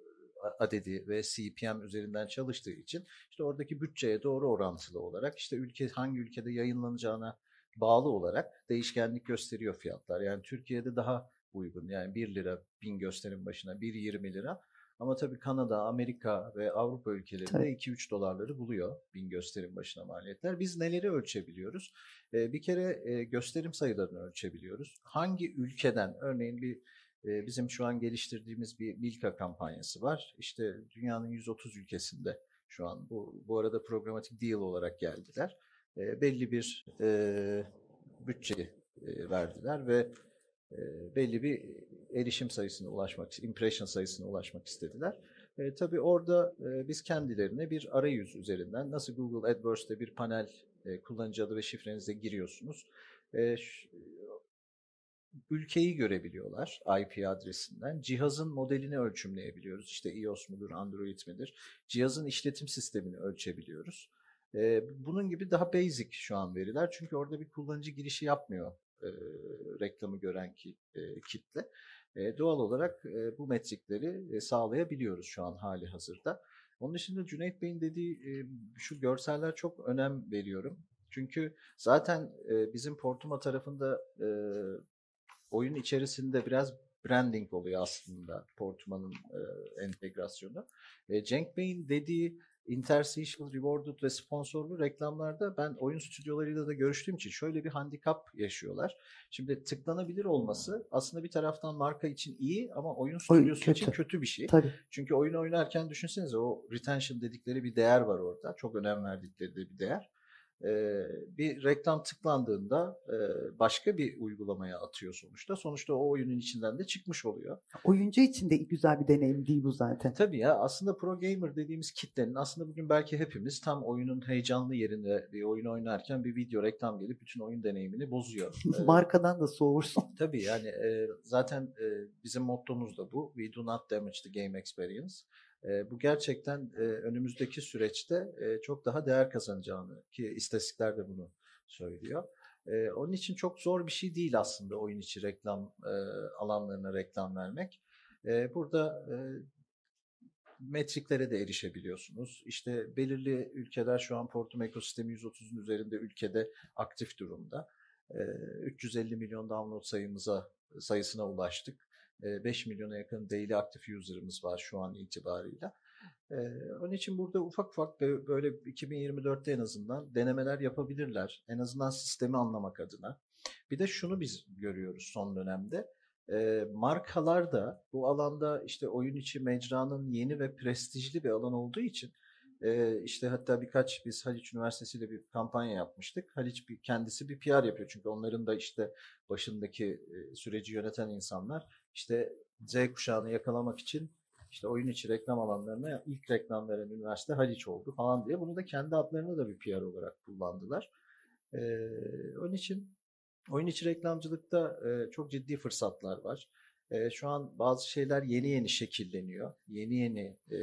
adedi ve C P M üzerinden çalıştığı için işte oradaki bütçeye doğru orantılı olarak işte ülke hangi ülkede yayınlanacağına bağlı olarak değişkenlik gösteriyor fiyatlar. Yani Türkiye'de daha uygun. Yani bir lira bin gösterim başına bir yirmi lira. Ama tabii Kanada, Amerika ve Avrupa ülkelerinde iki üç dolarları buluyor bin gösterim başına maliyetler. Biz neleri ölçebiliyoruz? Ee, bir kere e, gösterim sayılarını ölçebiliyoruz. Hangi ülkeden, örneğin bir e, bizim şu an geliştirdiğimiz bir Milka kampanyası var. İşte dünyanın yüz otuz ülkesinde şu an bu, bu arada Programmatic Deal olarak geldiler. E, belli bir e, bütçe e, verdiler ve e, belli bir erişim sayısına ulaşmak, impression sayısına ulaşmak istediler. E, tabii orada e, biz kendilerine bir arayüz üzerinden, nasıl Google AdWords'te bir panel e, kullanıcı adı ve şifrenizle giriyorsunuz. E, ş, ülkeyi görebiliyorlar I P adresinden. Cihazın modelini ölçümleyebiliyoruz. İşte iOS mudur, Android midir? Cihazın işletim sistemini ölçebiliyoruz. Ee, bunun gibi daha basic şu an veriler. Çünkü orada bir kullanıcı girişi yapmıyor e, reklamı gören ki, e, kitle. E, doğal olarak e, bu metrikleri e, sağlayabiliyoruz şu an hali hazırda. Onun dışında Cüneyt Bey'in dediği e, şu görseller çok önem veriyorum. Çünkü zaten e, bizim Portuma tarafında e, oyun içerisinde biraz branding oluyor aslında Portuma'nın e, entegrasyonu. E, Cenk Bey'in dediği interstitial, rewarded ve sponsorlu reklamlarda ben oyun stüdyolarıyla da görüştüğüm için şöyle bir handikap yaşıyorlar. Şimdi tıklanabilir olması aslında bir taraftan marka için iyi ama oyun stüdyosu kötü. için kötü bir şey.
Tabii.
Çünkü oyunu oynarken düşünsenize, o retention dedikleri bir değer var orada. Çok önem verdikleri de bir değer. Bir reklam tıklandığında başka bir uygulamaya atıyor sonuçta. Sonuçta o oyunun içinden de çıkmış oluyor.
Oyuncu için de güzel bir deneyim değil bu zaten.
Tabii ya, aslında pro gamer dediğimiz kitlenin aslında bugün belki hepimiz tam oyunun heyecanlı yerinde bir oyun oynarken bir video reklam gelip bütün oyun deneyimini bozuyor.
Markadan da soğursun.
Tabii yani zaten bizim mottomuz da bu. We do not damage the game experience. E, bu gerçekten e, önümüzdeki süreçte e, çok daha değer kazanacağını, ki istatistikler de bunu söylüyor. E, onun için çok zor bir şey değil aslında oyun içi reklam e, alanlarına reklam vermek. E, burada e, metriklere de erişebiliyorsunuz. İşte belirli ülkeler şu an Portum ekosistemi yüz otuzun üzerinde ülkede aktif durumda. E, üç yüz elli milyon download sayımıza sayısına ulaştık. beş milyona yakın daily active user'ımız var şu an itibarıyla. Ee, onun için burada ufak ufak böyle iki bin yirmi dörtte en azından denemeler yapabilirler. En azından sistemi anlamak adına. Bir de şunu biz görüyoruz son dönemde. Ee, markalar da bu alanda işte oyun içi mecranın yeni ve prestijli bir alan olduğu için e, işte hatta birkaç biz Haliç Üniversitesi ile bir kampanya yapmıştık. Haliç bir, kendisi bir P R yapıyor. Çünkü onların da işte başındaki e, süreci yöneten insanlar işte Z kuşağını yakalamak için işte oyun içi reklam alanlarına ilk reklam veren üniversite Haliç oldu falan diye. Bunu da kendi adlarına da bir P R olarak kullandılar. Ee, onun için oyun içi reklamcılıkta e, çok ciddi fırsatlar var. E, şu an bazı şeyler yeni yeni şekilleniyor. Yeni yeni e,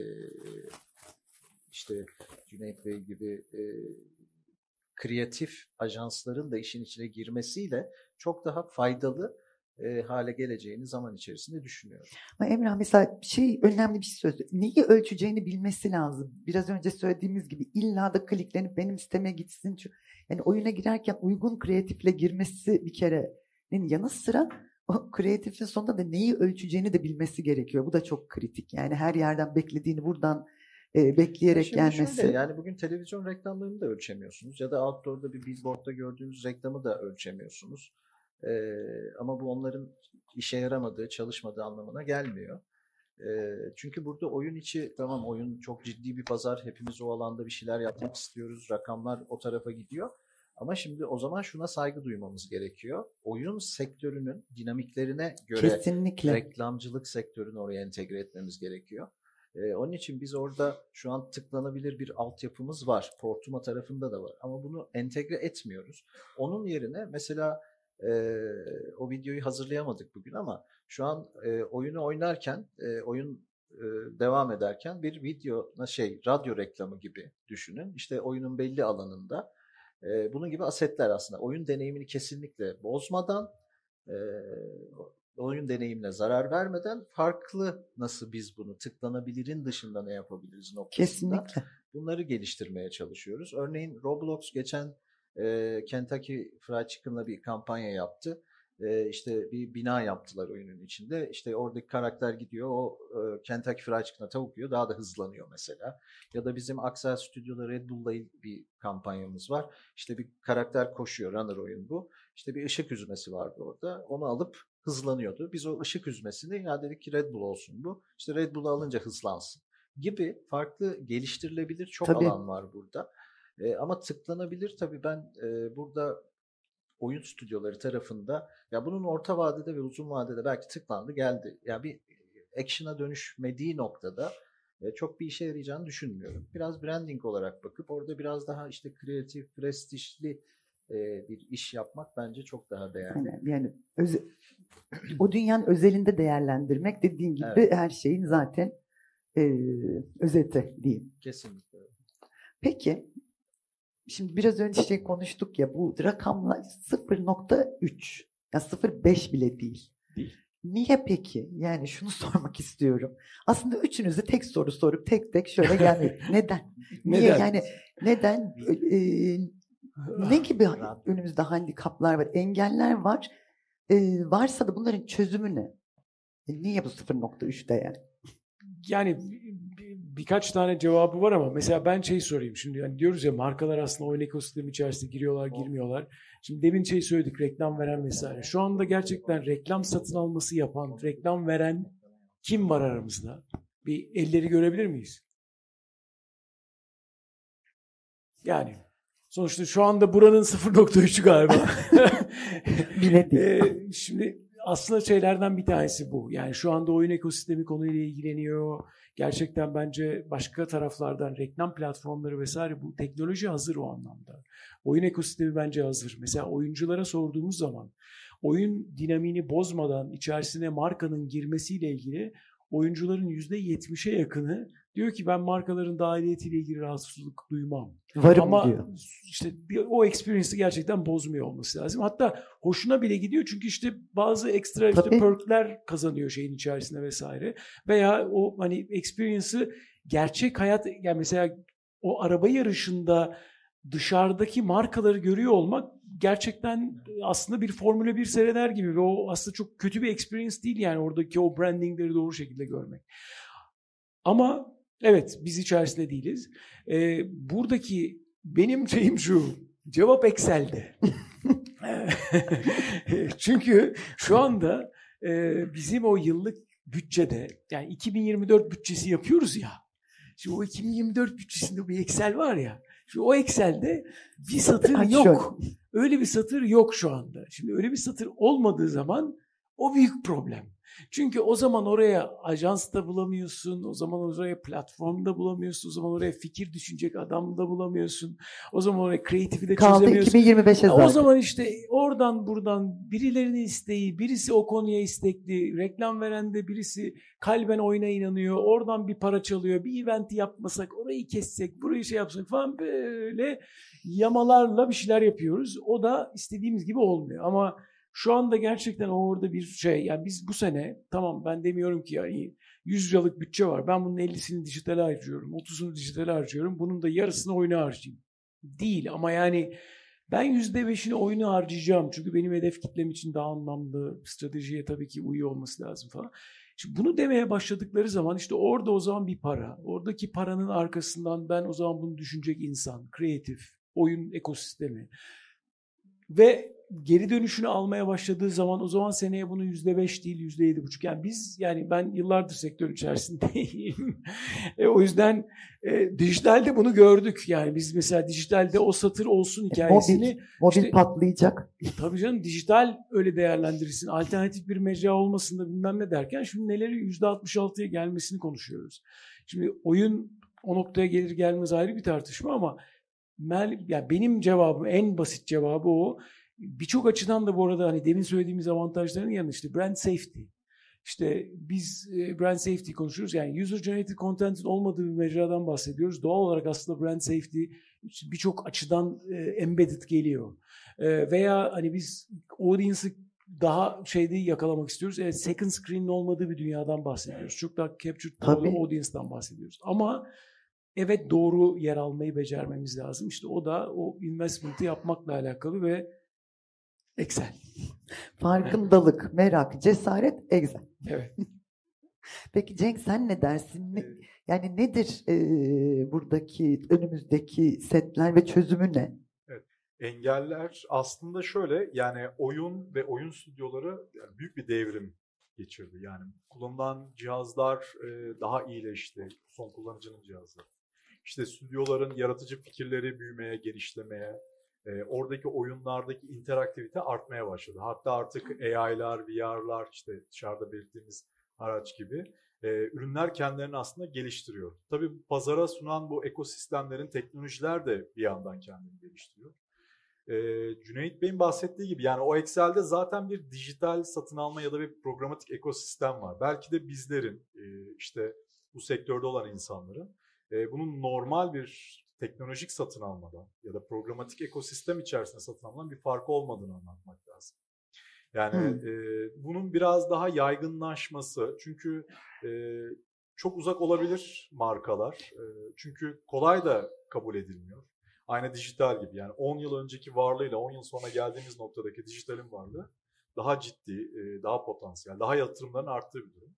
işte Cüneyt Bey gibi e, kreatif ajansların da işin içine girmesiyle çok daha faydalı e, hale geleceğini zaman içerisinde düşünüyorum.
Ama Emrah mesela şey önemli bir şey söyledi. Neyi ölçeceğini bilmesi lazım. Biraz önce söylediğimiz gibi illa da kliklenip benim siteme gitsin. Yani oyuna girerken uygun kreatifle girmesi bir kerenin yanı sıra o kreatifin sonunda da neyi ölçeceğini de bilmesi gerekiyor. Bu da çok kritik. Yani her yerden beklediğini buradan e, bekleyerek
Şimdi
gelmesi.
Şöyle, yani bugün televizyon reklamlarını da ölçemiyorsunuz. Ya da outdoor'da bir billboard'da gördüğünüz reklamı da ölçemiyorsunuz. Ee, ama bu onların işe yaramadığı, çalışmadığı anlamına gelmiyor. Ee, çünkü burada oyun içi, tamam oyun çok ciddi bir pazar. Hepimiz o alanda bir şeyler yapmak istiyoruz. Rakamlar o tarafa gidiyor. Ama şimdi o zaman şuna saygı duymamız gerekiyor. Oyun sektörünün dinamiklerine göre
Kesinlikle.
reklamcılık sektörünü oraya entegre etmemiz gerekiyor. Ee, onun için biz orada şu an tıklanabilir bir altyapımız var. Portuma tarafında da var. Ama bunu entegre etmiyoruz. Onun yerine mesela e, o videoyu hazırlayamadık bugün ama şu an e, oyunu oynarken, e, oyun e, devam ederken bir video, şey radyo reklamı gibi düşünün. İşte oyunun belli alanında. E, bunun gibi asetler aslında. Oyun deneyimini kesinlikle bozmadan, e, oyun deneyimine zarar vermeden farklı nasıl biz bunu tıklanabilirin dışında ne yapabiliriz noktasında.
Kesinlikle.
Bunları geliştirmeye çalışıyoruz. Örneğin Roblox geçen e, Kentucky Fried Chicken'la bir kampanya yaptı. E, işte bir bina yaptılar oyunun içinde. İşte oradaki karakter gidiyor, o e, Kentucky Fried Chicken'a tavuk yiyor, daha da hızlanıyor mesela. Ya da bizim Axel Stüdyo'da Red Bull'la bir kampanyamız var. İşte bir karakter koşuyor, runner oyun bu. İşte bir ışık üzmesi vardı orada. Onu alıp hızlanıyordu. Biz o ışık üzmesini ya dedik ki Red Bull olsun bu. İşte Red Bull'u alınca hızlansın gibi farklı geliştirilebilir çok
Tabii.
alan var burada. E, ama tıklanabilir tabii ben e, burada oyun stüdyoları tarafında ya bunun orta vadede ve uzun vadede belki tıklandı geldi. Ya bir action'a dönüşmediği noktada e, çok bir işe yarayacağını düşünmüyorum. Biraz branding olarak bakıp orada biraz daha işte kreatif, prestijli e, bir iş yapmak bence çok daha değerli.
Yani, yani öz- o dünyanın özelinde değerlendirmek dediğin gibi
Evet.
her şeyin zaten e, özeti diyeyim.
Kesinlikle.
Peki, şimdi biraz önce şey konuştuk ya, bu rakamlar sıfır nokta üç, ya sıfır nokta beş bile değil.
Değil.
Niye peki? Yani şunu sormak istiyorum. Aslında üçünüze tek soru sorup tek tek şöyle gelmek. Neden? Niye
Neden?
yani neden? E, ne gibi önümüzde handikaplar var, engeller var? E, varsa da bunların çözümü ne? E, niye bu sıfır nokta üçte yani?
Yani bir, birkaç tane cevabı var ama mesela ben şey sorayım şimdi, yani diyoruz ya markalar aslında oyun ekosistemi içerisinde giriyorlar, girmiyorlar. Şimdi demin şey söyledik, reklam veren vesaire. Şu anda gerçekten reklam satın alması yapan, reklam veren kim var aramızda? Bir elleri görebilir miyiz? Yani sonuçta şu anda buranın sıfır nokta üçü galiba.
Bile değil.
Ee, şimdi aslında şeylerden bir tanesi bu. Yani şu anda oyun ekosistemi konuyla ilgileniyor. Gerçekten bence başka taraflardan reklam platformları vesaire, bu teknoloji hazır o anlamda. Oyun ekosistemi bence hazır. Mesela oyunculara sorduğumuz zaman oyun dinamiğini bozmadan içerisine markanın girmesiyle ilgili oyuncuların yüzde yetmişe yakını diyor ki ben markaların dahiliyetiyle ilgili rahatsızlık duymam.
Varım
Ama
diyor.
işte bir, o experience'ı gerçekten bozmuyor olması lazım. Hatta hoşuna bile gidiyor çünkü işte bazı ekstra işte
Tabii.
perkler kazanıyor şeyin içerisinde vesaire. Veya o hani experience'ı gerçek hayat, yani mesela o araba yarışında dışarıdaki markaları görüyor olmak gerçekten aslında bir Formula bir seyreder gibi ve o aslında çok kötü bir experience değil yani oradaki o brandingleri doğru şekilde görmek. Ama evet, biz içerisinde değiliz. Ee, buradaki benim şeyim şu, cevap Excel'de. Çünkü şu anda e, bizim o yıllık bütçede, yani iki bin yirmi dört bütçesi yapıyoruz ya. Şimdi o iki bin yirmi dört bütçesinde bir Excel var ya. Şimdi o Excel'de bir satır
Aç
yok. Öyle bir satır yok şu anda. Şimdi öyle bir satır olmadığı zaman o büyük problem. Çünkü o zaman oraya ajans da bulamıyorsun, o zaman oraya platform da bulamıyorsun, o zaman oraya fikir düşünecek adam da bulamıyorsun, o zaman oraya kreatifi de
Kaldı
çözemiyorsun.
iki bin yirmi beşe zaten.
O zaman işte oradan buradan birilerinin isteği, birisi o konuya istekli, reklam veren de birisi kalben oyuna inanıyor, oradan bir para çalıyor, bir eventi yapmasak, orayı kessek, burayı şey yapsak falan, böyle yamalarla bir şeyler yapıyoruz. O da istediğimiz gibi olmuyor ama Şu anda gerçekten o orada bir şey. Yani biz bu sene tamam ben demiyorum ki yani yüz liralık bütçe var. Ben bunun ellisini dijitale harcıyorum. otuzunu dijitale harcıyorum. Bunun da yarısını oyuna harcayayım. Değil ama yani ben yüzde beşini oyuna harcayacağım. Çünkü benim hedef kitlem için daha anlamlı, stratejiye tabii ki uyuyor olması lazım falan. Şimdi bunu demeye başladıkları zaman işte orada o zaman bir para. Oradaki paranın arkasından ben o zaman bunu düşünecek insan, kreatif, oyun ekosistemi. Ve geri dönüşünü almaya başladığı zaman o zaman seneye bunu yüzde beş değil yüzde yedi buçuk. Yani biz yani ben yıllardır sektör içerisindeyim. e, o yüzden e, dijitalde bunu gördük. Yani biz mesela dijitalde o satır olsun hikayesini.
Mobil, mobil
işte,
patlayacak.
Tabii canım dijital öyle değerlendirirsin. Alternatif bir mecra olmasın da bilmem ne derken şimdi neleri yüzde altmış altıya gelmesini konuşuyoruz. Şimdi oyun o noktaya gelir gelmez ayrı bir tartışma ama Mel, ya benim cevabım en basit cevabı o. Birçok açıdan da bu arada hani demin söylediğimiz avantajların yanında işte brand safety. İşte biz brand safety konuşuyoruz. Yani user generated content'in olmadığı bir mecradan bahsediyoruz. Doğal olarak aslında brand safety birçok açıdan embedded geliyor. Veya hani biz audience'ı daha şeyde yakalamak istiyoruz. Evet, second screen'in olmadığı bir dünyadan bahsediyoruz. Çok daha captured audience'dan bahsediyoruz. Ama evet doğru yer almayı becermemiz lazım. İşte o da o investment'ı yapmakla alakalı ve Excel.
Farkındalık, merak, cesaret, Excel.
Evet.
Peki Cenk sen ne dersin? Ne, yani nedir e, buradaki önümüzdeki setler ve çözümü ne?
Evet. Engeller aslında şöyle yani oyun ve oyun stüdyoları yani büyük bir devrim geçirdi. Yani kullanılan cihazlar e, daha iyileşti. Son kullanıcının cihazları. İşte stüdyoların yaratıcı fikirleri büyümeye, genişlemeye, e, oradaki oyunlardaki interaktivite artmaya başladı. Hatta artık A I'lar, V R'lar, işte dışarıda belirttiğimiz araç gibi e, ürünler kendilerini aslında geliştiriyor. Tabii pazara sunan bu ekosistemlerin teknolojiler de bir yandan kendini geliştiriyor. E, Cüneyt Bey'in bahsettiği gibi yani o Excel'de zaten bir dijital satın alma ya da bir programatik ekosistem var. Belki de bizlerin e, işte bu sektörde olan insanların e, bunun normal bir teknolojik satın almadan ya da programatik ekosistem içerisinde satın almadan bir farkı olmadığını anlatmak lazım. Yani hmm. e, bunun biraz daha yaygınlaşması çünkü e, çok uzak olabilir markalar e, çünkü kolay da kabul edilmiyor. Aynı dijital gibi yani on yıl önceki varlığıyla on yıl sonra geldiğimiz noktadaki dijitalin varlığı daha ciddi, e, daha potansiyel, daha yatırımların arttığı bir durum.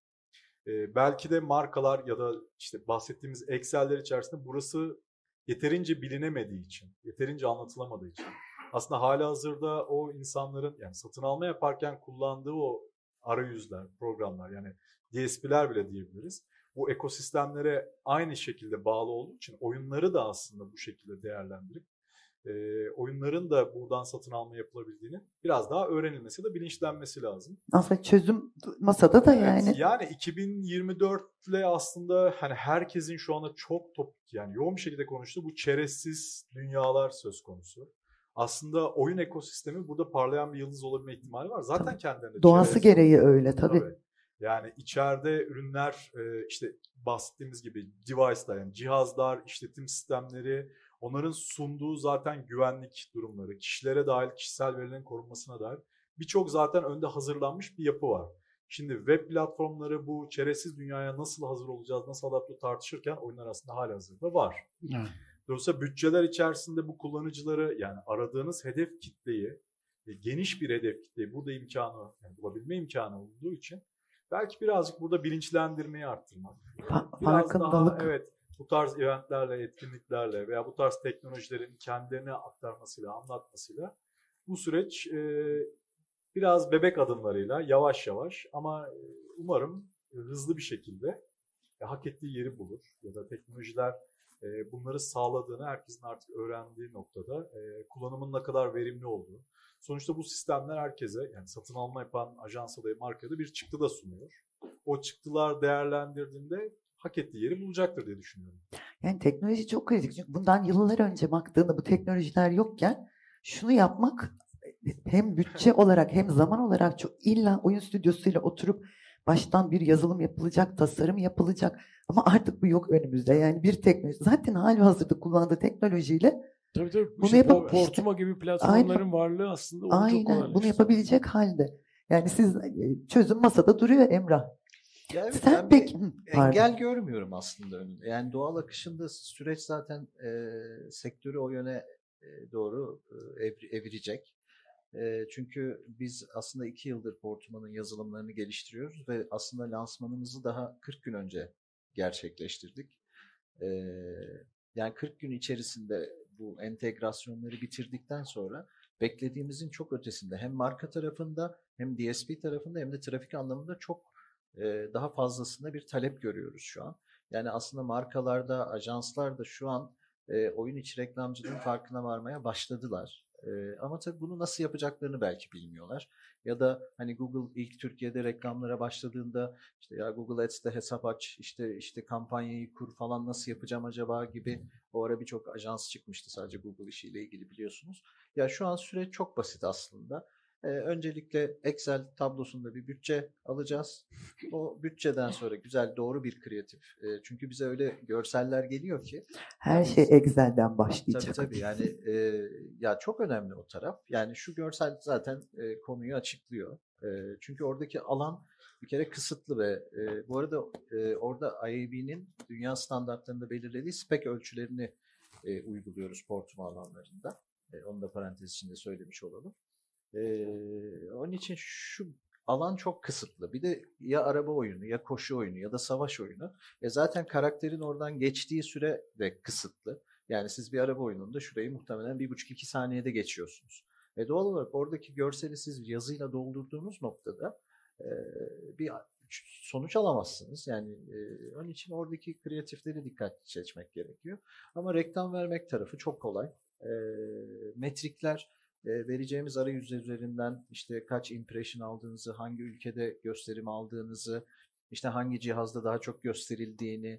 E, belki de markalar ya da işte bahsettiğimiz Excel'ler içerisinde burası yeterince bilinemediği için, yeterince anlatılamadığı için aslında halihazırda o insanların yani satın alma yaparken kullandığı o arayüzler, programlar yani D S P'ler bile diyebiliriz. Bu ekosistemlere aynı şekilde bağlı olduğu için oyunları da aslında bu şekilde değerlendirip e, oyunların da buradan satın alma yapılabildiğini biraz daha öğrenilmesi de bilinçlenmesi lazım.
Aslında çözüm masada da yani.
Evet, yani iki bin yirmi dörtle aslında hani herkesin şu anda çok topik yani yoğun bir şekilde konuştuğu bu çerezsiz dünyalar söz konusu. Aslında oyun ekosistemi burada parlayan bir yıldız olabilme ihtimali var. Zaten tabii. Kendilerinde
doğası
çerez
gereği öyle tabii.
tabii. Yani içeride ürünler işte bahsettiğimiz gibi device'lar yani cihazlar, işletim sistemleri, onların sunduğu zaten güvenlik durumları, kişilere dahil kişisel verilerin korunmasına dair birçok zaten önde hazırlanmış bir yapı var. Şimdi web platformları bu çerezsiz dünyaya nasıl hazır olacağız, nasıl adapte tartışırken oyunlar aslında halihazırda var. Evet. Dolayısıyla bütçeler içerisinde bu kullanıcıları yani aradığınız hedef kitleyi, geniş bir hedef kitleyi burada imkanı, yani bulabilme imkanı olduğu için belki birazcık burada bilinçlendirmeyi arttırmak. Biraz daha evet bu tarz eventlerle, etkinliklerle veya bu tarz teknolojilerin kendilerine aktarmasıyla, anlatmasıyla bu süreç e, biraz bebek adımlarıyla yavaş yavaş ama umarım hızlı bir şekilde e, hak ettiği yeri bulur. Ya da teknolojiler e, bunları sağladığını herkesin artık öğrendiği noktada e, kullanımın ne kadar verimli olduğu. Sonuçta bu sistemler herkese yani satın alma yapan ajansa da markaya da bir çıktı da sunuyor. O çıktılar değerlendirdiğinde hak ettiği yeri bulacaktır diye düşünüyorum.
Yani teknoloji çok kritik. Çünkü bundan yıllar önce baktığında bu teknolojiler yokken şunu yapmak hem bütçe olarak hem zaman olarak çok illa oyun stüdyosuyla oturup baştan bir yazılım yapılacak, tasarım yapılacak. Ama artık bu yok önümüzde. Yani bir teknoloji zaten halihazırda kullandığı teknolojiyle
Tabii tabii.
Bunu
İşte
yapıp-
Portuma gibi platformların varlığı aslında onu çok
Aynen. Bunu
kolaylaştırıyor.
yapabilecek halde. Yani siz e, çözüm masada duruyor Emrah.
Ya evet,
Sen
ben
peki-
bir
Hı, pardon.
engel görmüyorum aslında önünde. Yani doğal akışında süreç zaten e, sektörü o yöne e, doğru e, evri- evirecek. E, çünkü biz aslında iki yıldır Portuma'nın yazılımlarını geliştiriyoruz ve aslında lansmanımızı daha kırk gün önce gerçekleştirdik. E, yani kırk gün içerisinde bu entegrasyonları bitirdikten sonra beklediğimizin çok ötesinde hem marka tarafında hem D S P tarafında hem de trafik anlamında çok e, daha fazlasında bir talep görüyoruz şu an. Yani aslında markalarda, ajanslar da şu an e, oyun içi reklamcılığın farkına varmaya başladılar. E, ama tabii bunu nasıl yapacaklarını belki bilmiyorlar. Ya da hani Google ilk Türkiye'de reklamlara başladığında işte ya Google Ads'te hesap aç, işte işte kampanyayı kur falan nasıl yapacağım acaba gibi o ara birçok ajans çıkmıştı sadece Google işiyle ilgili biliyorsunuz. Ya şu an süreç çok basit aslında. Ee, öncelikle Excel tablosunda bir bütçe alacağız. O bütçeden sonra güzel doğru bir kreatif. E, çünkü bize öyle görseller geliyor ki.
Her
yani,
şey Excel'den
Tabii
başlayacak.
tabii yani e, ya çok önemli o taraf. Yani şu görsel zaten e, konuyu açıklıyor. E, çünkü oradaki alan bir kere kısıtlı ve e, bu arada e, orada I A B'nin dünya standartlarında belirlediği spek ölçülerini e, uyguluyoruz Portuma alanlarında. E, onu da parantez içinde söylemiş olalım. Ee, onun için şu alan çok kısıtlı. Bir de ya araba oyunu ya koşu oyunu ya da savaş oyunu. E zaten karakterin oradan geçtiği süre de kısıtlı. Yani siz bir araba oyununda şurayı muhtemelen bir buçuk iki saniyede geçiyorsunuz. E doğal olarak oradaki görseli siz yazıyla doldurduğunuz noktada e, bir sonuç alamazsınız. Yani e, onun için oradaki kreatifleri dikkat seçmek gerekiyor. Ama reklam vermek tarafı çok kolay. E, metrikler vereceğimiz arayüzler üzerinden işte kaç impression aldığınızı, hangi ülkede gösterim aldığınızı, işte hangi cihazda daha çok gösterildiğini,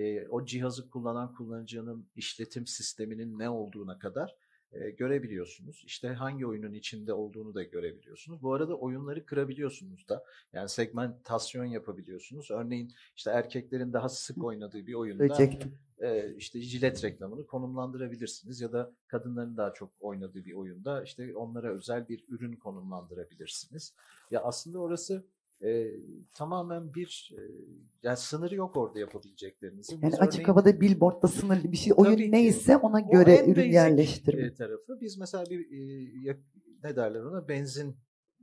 o cihazı kullanan kullanıcının işletim sisteminin ne olduğuna kadar görebiliyorsunuz. İşte hangi oyunun içinde olduğunu da görebiliyorsunuz. Bu arada oyunları kırabiliyorsunuz da. Yani segmentasyon yapabiliyorsunuz. Örneğin işte erkeklerin daha sık oynadığı bir oyunda
Diyecektim.
e, işte jilet reklamını konumlandırabilirsiniz ya da kadınların daha çok oynadığı bir oyunda işte onlara özel bir ürün konumlandırabilirsiniz. Ya aslında orası e, tamamen bir e, yani sınırı yok orada yapabileceklerinizin.
Yani
Biz
açık
örneğin-
havada billboardda sınırlı bir şey.
Tabii
Oyun
ki.
neyse ona
O
göre
en
ürün
basic,
yerleştirme.
e, tarafı. Biz mesela bir e, ya- ne derler ona benzin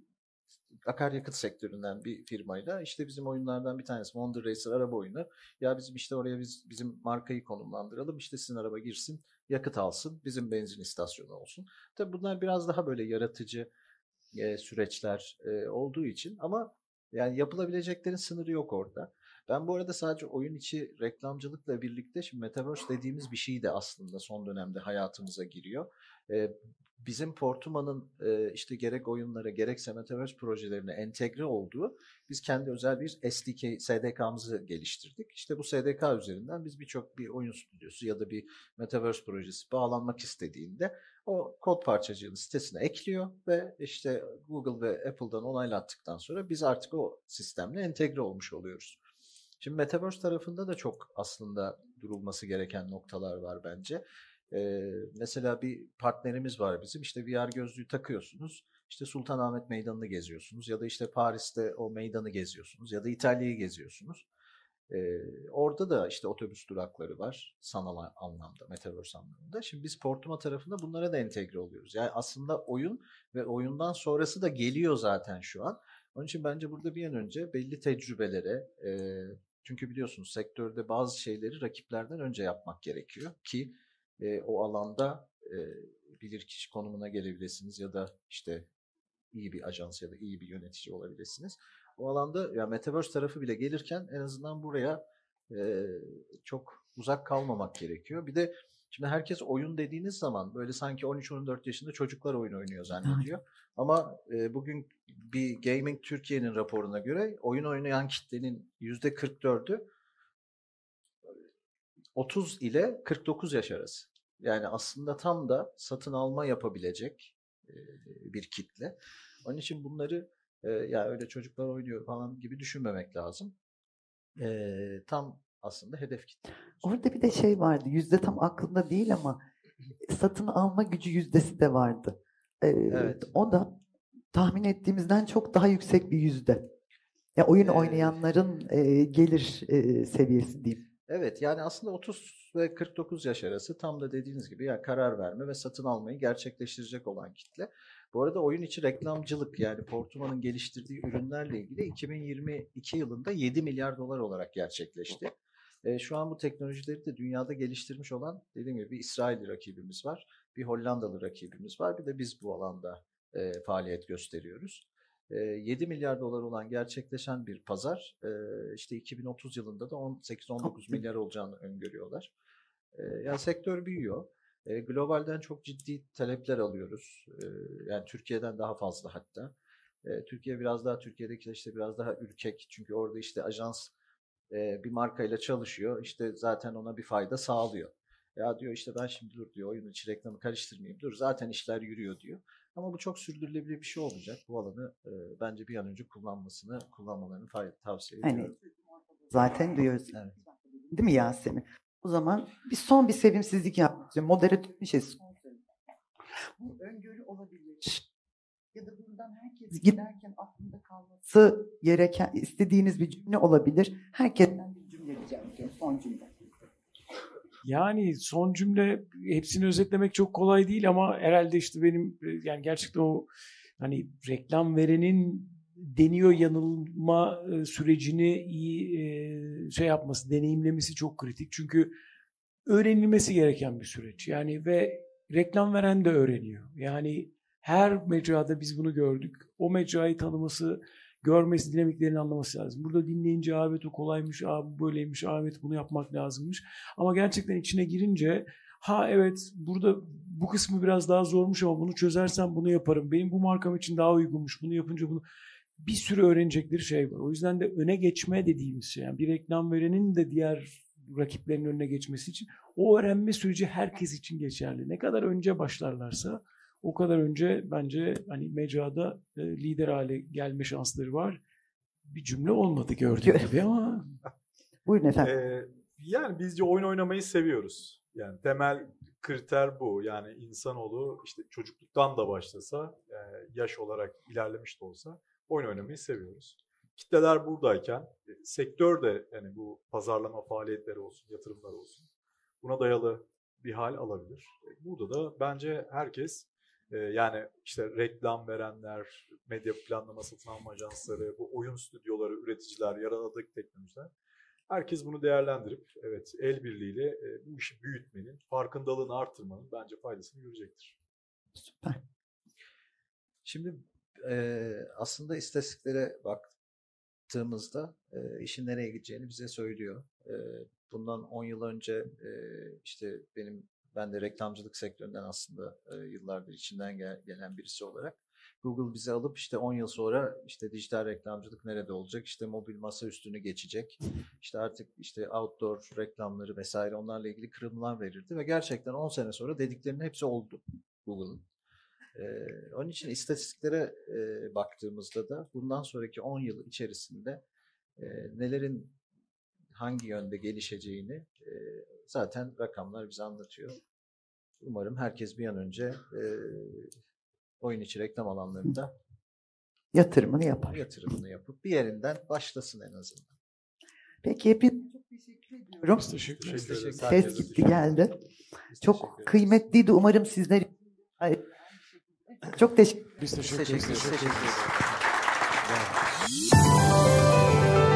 akaryakıt sektöründen bir firmayla işte bizim oyunlardan bir tanesi Wonder Racer araba oyunu. Ya bizim işte oraya biz bizim markayı konumlandıralım. İşte sizin araba girsin, yakıt alsın, bizim benzin istasyonu olsun. Tabii bunlar biraz daha böyle yaratıcı e, süreçler e, olduğu için ama yani yapılabileceklerin sınırı yok orada. Ben bu arada sadece oyun içi reklamcılıkla birlikte şimdi Metaverse dediğimiz bir şey de aslında son dönemde hayatımıza giriyor. E, bizim Portuma'nın e, işte gerek oyunlara gerekse Metaverse projelerine entegre olduğu biz kendi özel bir S D K, S D K'mızı geliştirdik. İşte bu S D K üzerinden biz birçok bir oyun stüdyosu ya da bir Metaverse projesi bağlanmak istediğinde o kod parçacığını sitesine ekliyor ve işte Google ve Apple'dan onaylattıktan sonra biz artık o sistemle entegre olmuş oluyoruz. Şimdi Metaverse tarafında da çok aslında durulması gereken noktalar var bence. Ee, mesela bir partnerimiz var bizim. İşte V R gözlüğü takıyorsunuz. İşte Sultanahmet Meydanı'nı geziyorsunuz ya da işte Paris'te o meydanı geziyorsunuz ya da İtalya'yı geziyorsunuz. Ee, orada da işte otobüs durakları var sanal anlamda, Metaverse anlamında. Şimdi biz Portuma tarafında bunlara da entegre oluyoruz. Yani aslında oyun ve oyundan sonrası da geliyor zaten şu an. Onun için bence burada bir an önce belli tecrübelere, e, çünkü biliyorsunuz sektörde bazı şeyleri rakiplerden önce yapmak gerekiyor ki e, o alanda e, bilirkişi konumuna gelebilirsiniz ya da işte iyi bir ajans ya da iyi bir yönetici olabilirsiniz. O alanda ya Metaverse tarafı bile gelirken en azından buraya e, çok uzak kalmamak gerekiyor. Bir de şimdi herkes oyun dediğiniz zaman böyle sanki on üç on dört yaşında çocuklar oyun oynuyor zannediyor. Ama e, bugün bir Gaming Türkiye'nin raporuna göre oyun oynayan kitlenin yüzde kırk dördü otuz ile kırk dokuz yaş arası. Yani aslında tam da satın alma yapabilecek e, bir kitle. Onun için bunları e, ya öyle çocuklar oynuyor falan gibi düşünmemek lazım. E, tam aslında hedef kitle.
Orada bir de şey vardı. Yüzde tam aklımda değil ama satın alma gücü yüzdesi de vardı. Ee,
Evet.
O da tahmin ettiğimizden çok daha yüksek bir yüzde. Ya oyun
Ee,
oynayanların e, gelir e, seviyesi diyeyim.
Evet, yani aslında otuz ve kırk dokuz yaş arası tam da dediğiniz gibi yani karar verme ve satın almayı gerçekleştirecek olan kitle. Bu arada oyun içi reklamcılık, yani Portuma'nın geliştirdiği ürünlerle ilgili iki bin yirmi iki yılında yedi milyar dolar olarak gerçekleşti. E, şu an bu teknolojileri de dünyada geliştirmiş olan, dediğim gibi bir İsrailli rakibimiz var, bir Hollandalı rakibimiz var, bir de biz bu alanda e, faaliyet gösteriyoruz. yedi milyar dolar olan gerçekleşen bir pazar, işte iki bin otuz yılında da on sekiz on dokuz milyar olacağını öngörüyorlar. Yani sektör büyüyor. Globalden çok ciddi talepler alıyoruz. Yani Türkiye'den daha fazla hatta. Türkiye biraz daha, Türkiye'deki işte biraz daha ürkek. Çünkü orada işte ajans bir markayla çalışıyor. İşte zaten ona bir fayda sağlıyor. Ya diyor işte ben şimdi dur diyor, oyun içi reklamı karıştırmayayım. Dur zaten işler yürüyor diyor. Ama bu çok sürdürülebilir bir şey olacak. Bu alanı e, bence bir an önce kullanmasını, kullanmalarını fay- tavsiye ediyorum.
Hani zaten duyuyoruz.
Evet.
Değil mi Yasemin? O zaman bir son bir sevimsizlik yapacağım. Moderatör bir şey. Bu öngörü olabilir. Ya da buradan herkes giderken aklında kalması gereken, istediğiniz bir cümle olabilir. Herkesten bir cümle diyeceğim. Son cümle.
Yani son cümle, hepsini özetlemek çok kolay değil ama herhalde işte benim yani gerçekten o hani reklam verenin deniyor yanılma sürecini iyi şey yapması, deneyimlemesi çok kritik. Çünkü öğrenilmesi gereken bir süreç. Yani ve reklam veren de öğreniyor. Yani her mecrada biz bunu gördük. O mecrayı tanıması, görmesi, dinamiklerini anlaması lazım. Burada dinleyince evet o kolaymış, abi böyleymiş, evet bunu yapmak lazımmış. Ama gerçekten içine girince ha evet burada bu kısmı biraz daha zormuş ama bunu çözersem bunu yaparım. Benim bu markam için daha uygunmuş. Bunu yapınca bunu, bir sürü öğrenecekleri şey var. O yüzden de öne geçme dediğimiz şey. Yani bir reklam verenin de diğer rakiplerinin önüne geçmesi için o öğrenme süreci herkes için geçerli. Ne kadar önce başlarlarsa o kadar önce bence hani mecrada e, lider hale gelme şansları var. Bir cümle olmadı gördüğüm gibi ama.
Buyurun efendim.
Ee, yani bizce oyun oynamayı seviyoruz. Yani temel kriter bu. Yani insanoğlu işte çocukluktan da başlasa, e, yaş olarak ilerlemiş de olsa oyun oynamayı seviyoruz. Kitleler buradayken e, sektör de yani bu pazarlama faaliyetleri olsun, yatırımlar olsun buna dayalı bir hal alabilir. Burada da bence herkes e, yani işte reklam verenler, medya planlama satın alma ajansları, bu oyun stüdyoları, üreticiler, yaratıcı teknolojiler, herkes bunu değerlendirip evet el birliğiyle e, bu işi büyütmenin, farkındalığını artırmanın bence faydasını görecektir.
Süper.
Şimdi e, aslında istatistiklere baktığımızda e, işin nereye gideceğini bize söylüyor. E, bundan on yıl önce e, işte benim ben de reklamcılık sektöründen aslında e, yıllardır içinden gel, gelen birisi olarak Google bizi alıp işte on yıl sonra işte dijital reklamcılık nerede olacak? İşte mobil masa üstünü geçecek. İşte artık işte outdoor reklamları vesaire onlarla ilgili kırılımlar verirdi ve gerçekten on sene sonra dediklerinin hepsi oldu Google'ın. Ee, onun için istatistiklere e, baktığımızda da bundan sonraki on yıl içerisinde e, nelerin hangi yönde gelişeceğini e, zaten rakamlar bize anlatıyor. Umarım herkes bir an önce e, oyun içi reklam alanlarında
Yatırımını yapar.
yatırımını yapıp bir yerinden başlasın en azından.
Peki hepinize çok teşekkür ediyorum.
Biz teşekkür ederiz.
Teşekkür ederiz.
Ses gitti geldi.
Biz
Çok
teşekkür ederiz.
kıymetliydi. Umarım sizler çok teşekkür
Biz teşekkür
Teşekkür
ederiz.
ederiz. Teşekkür ederiz.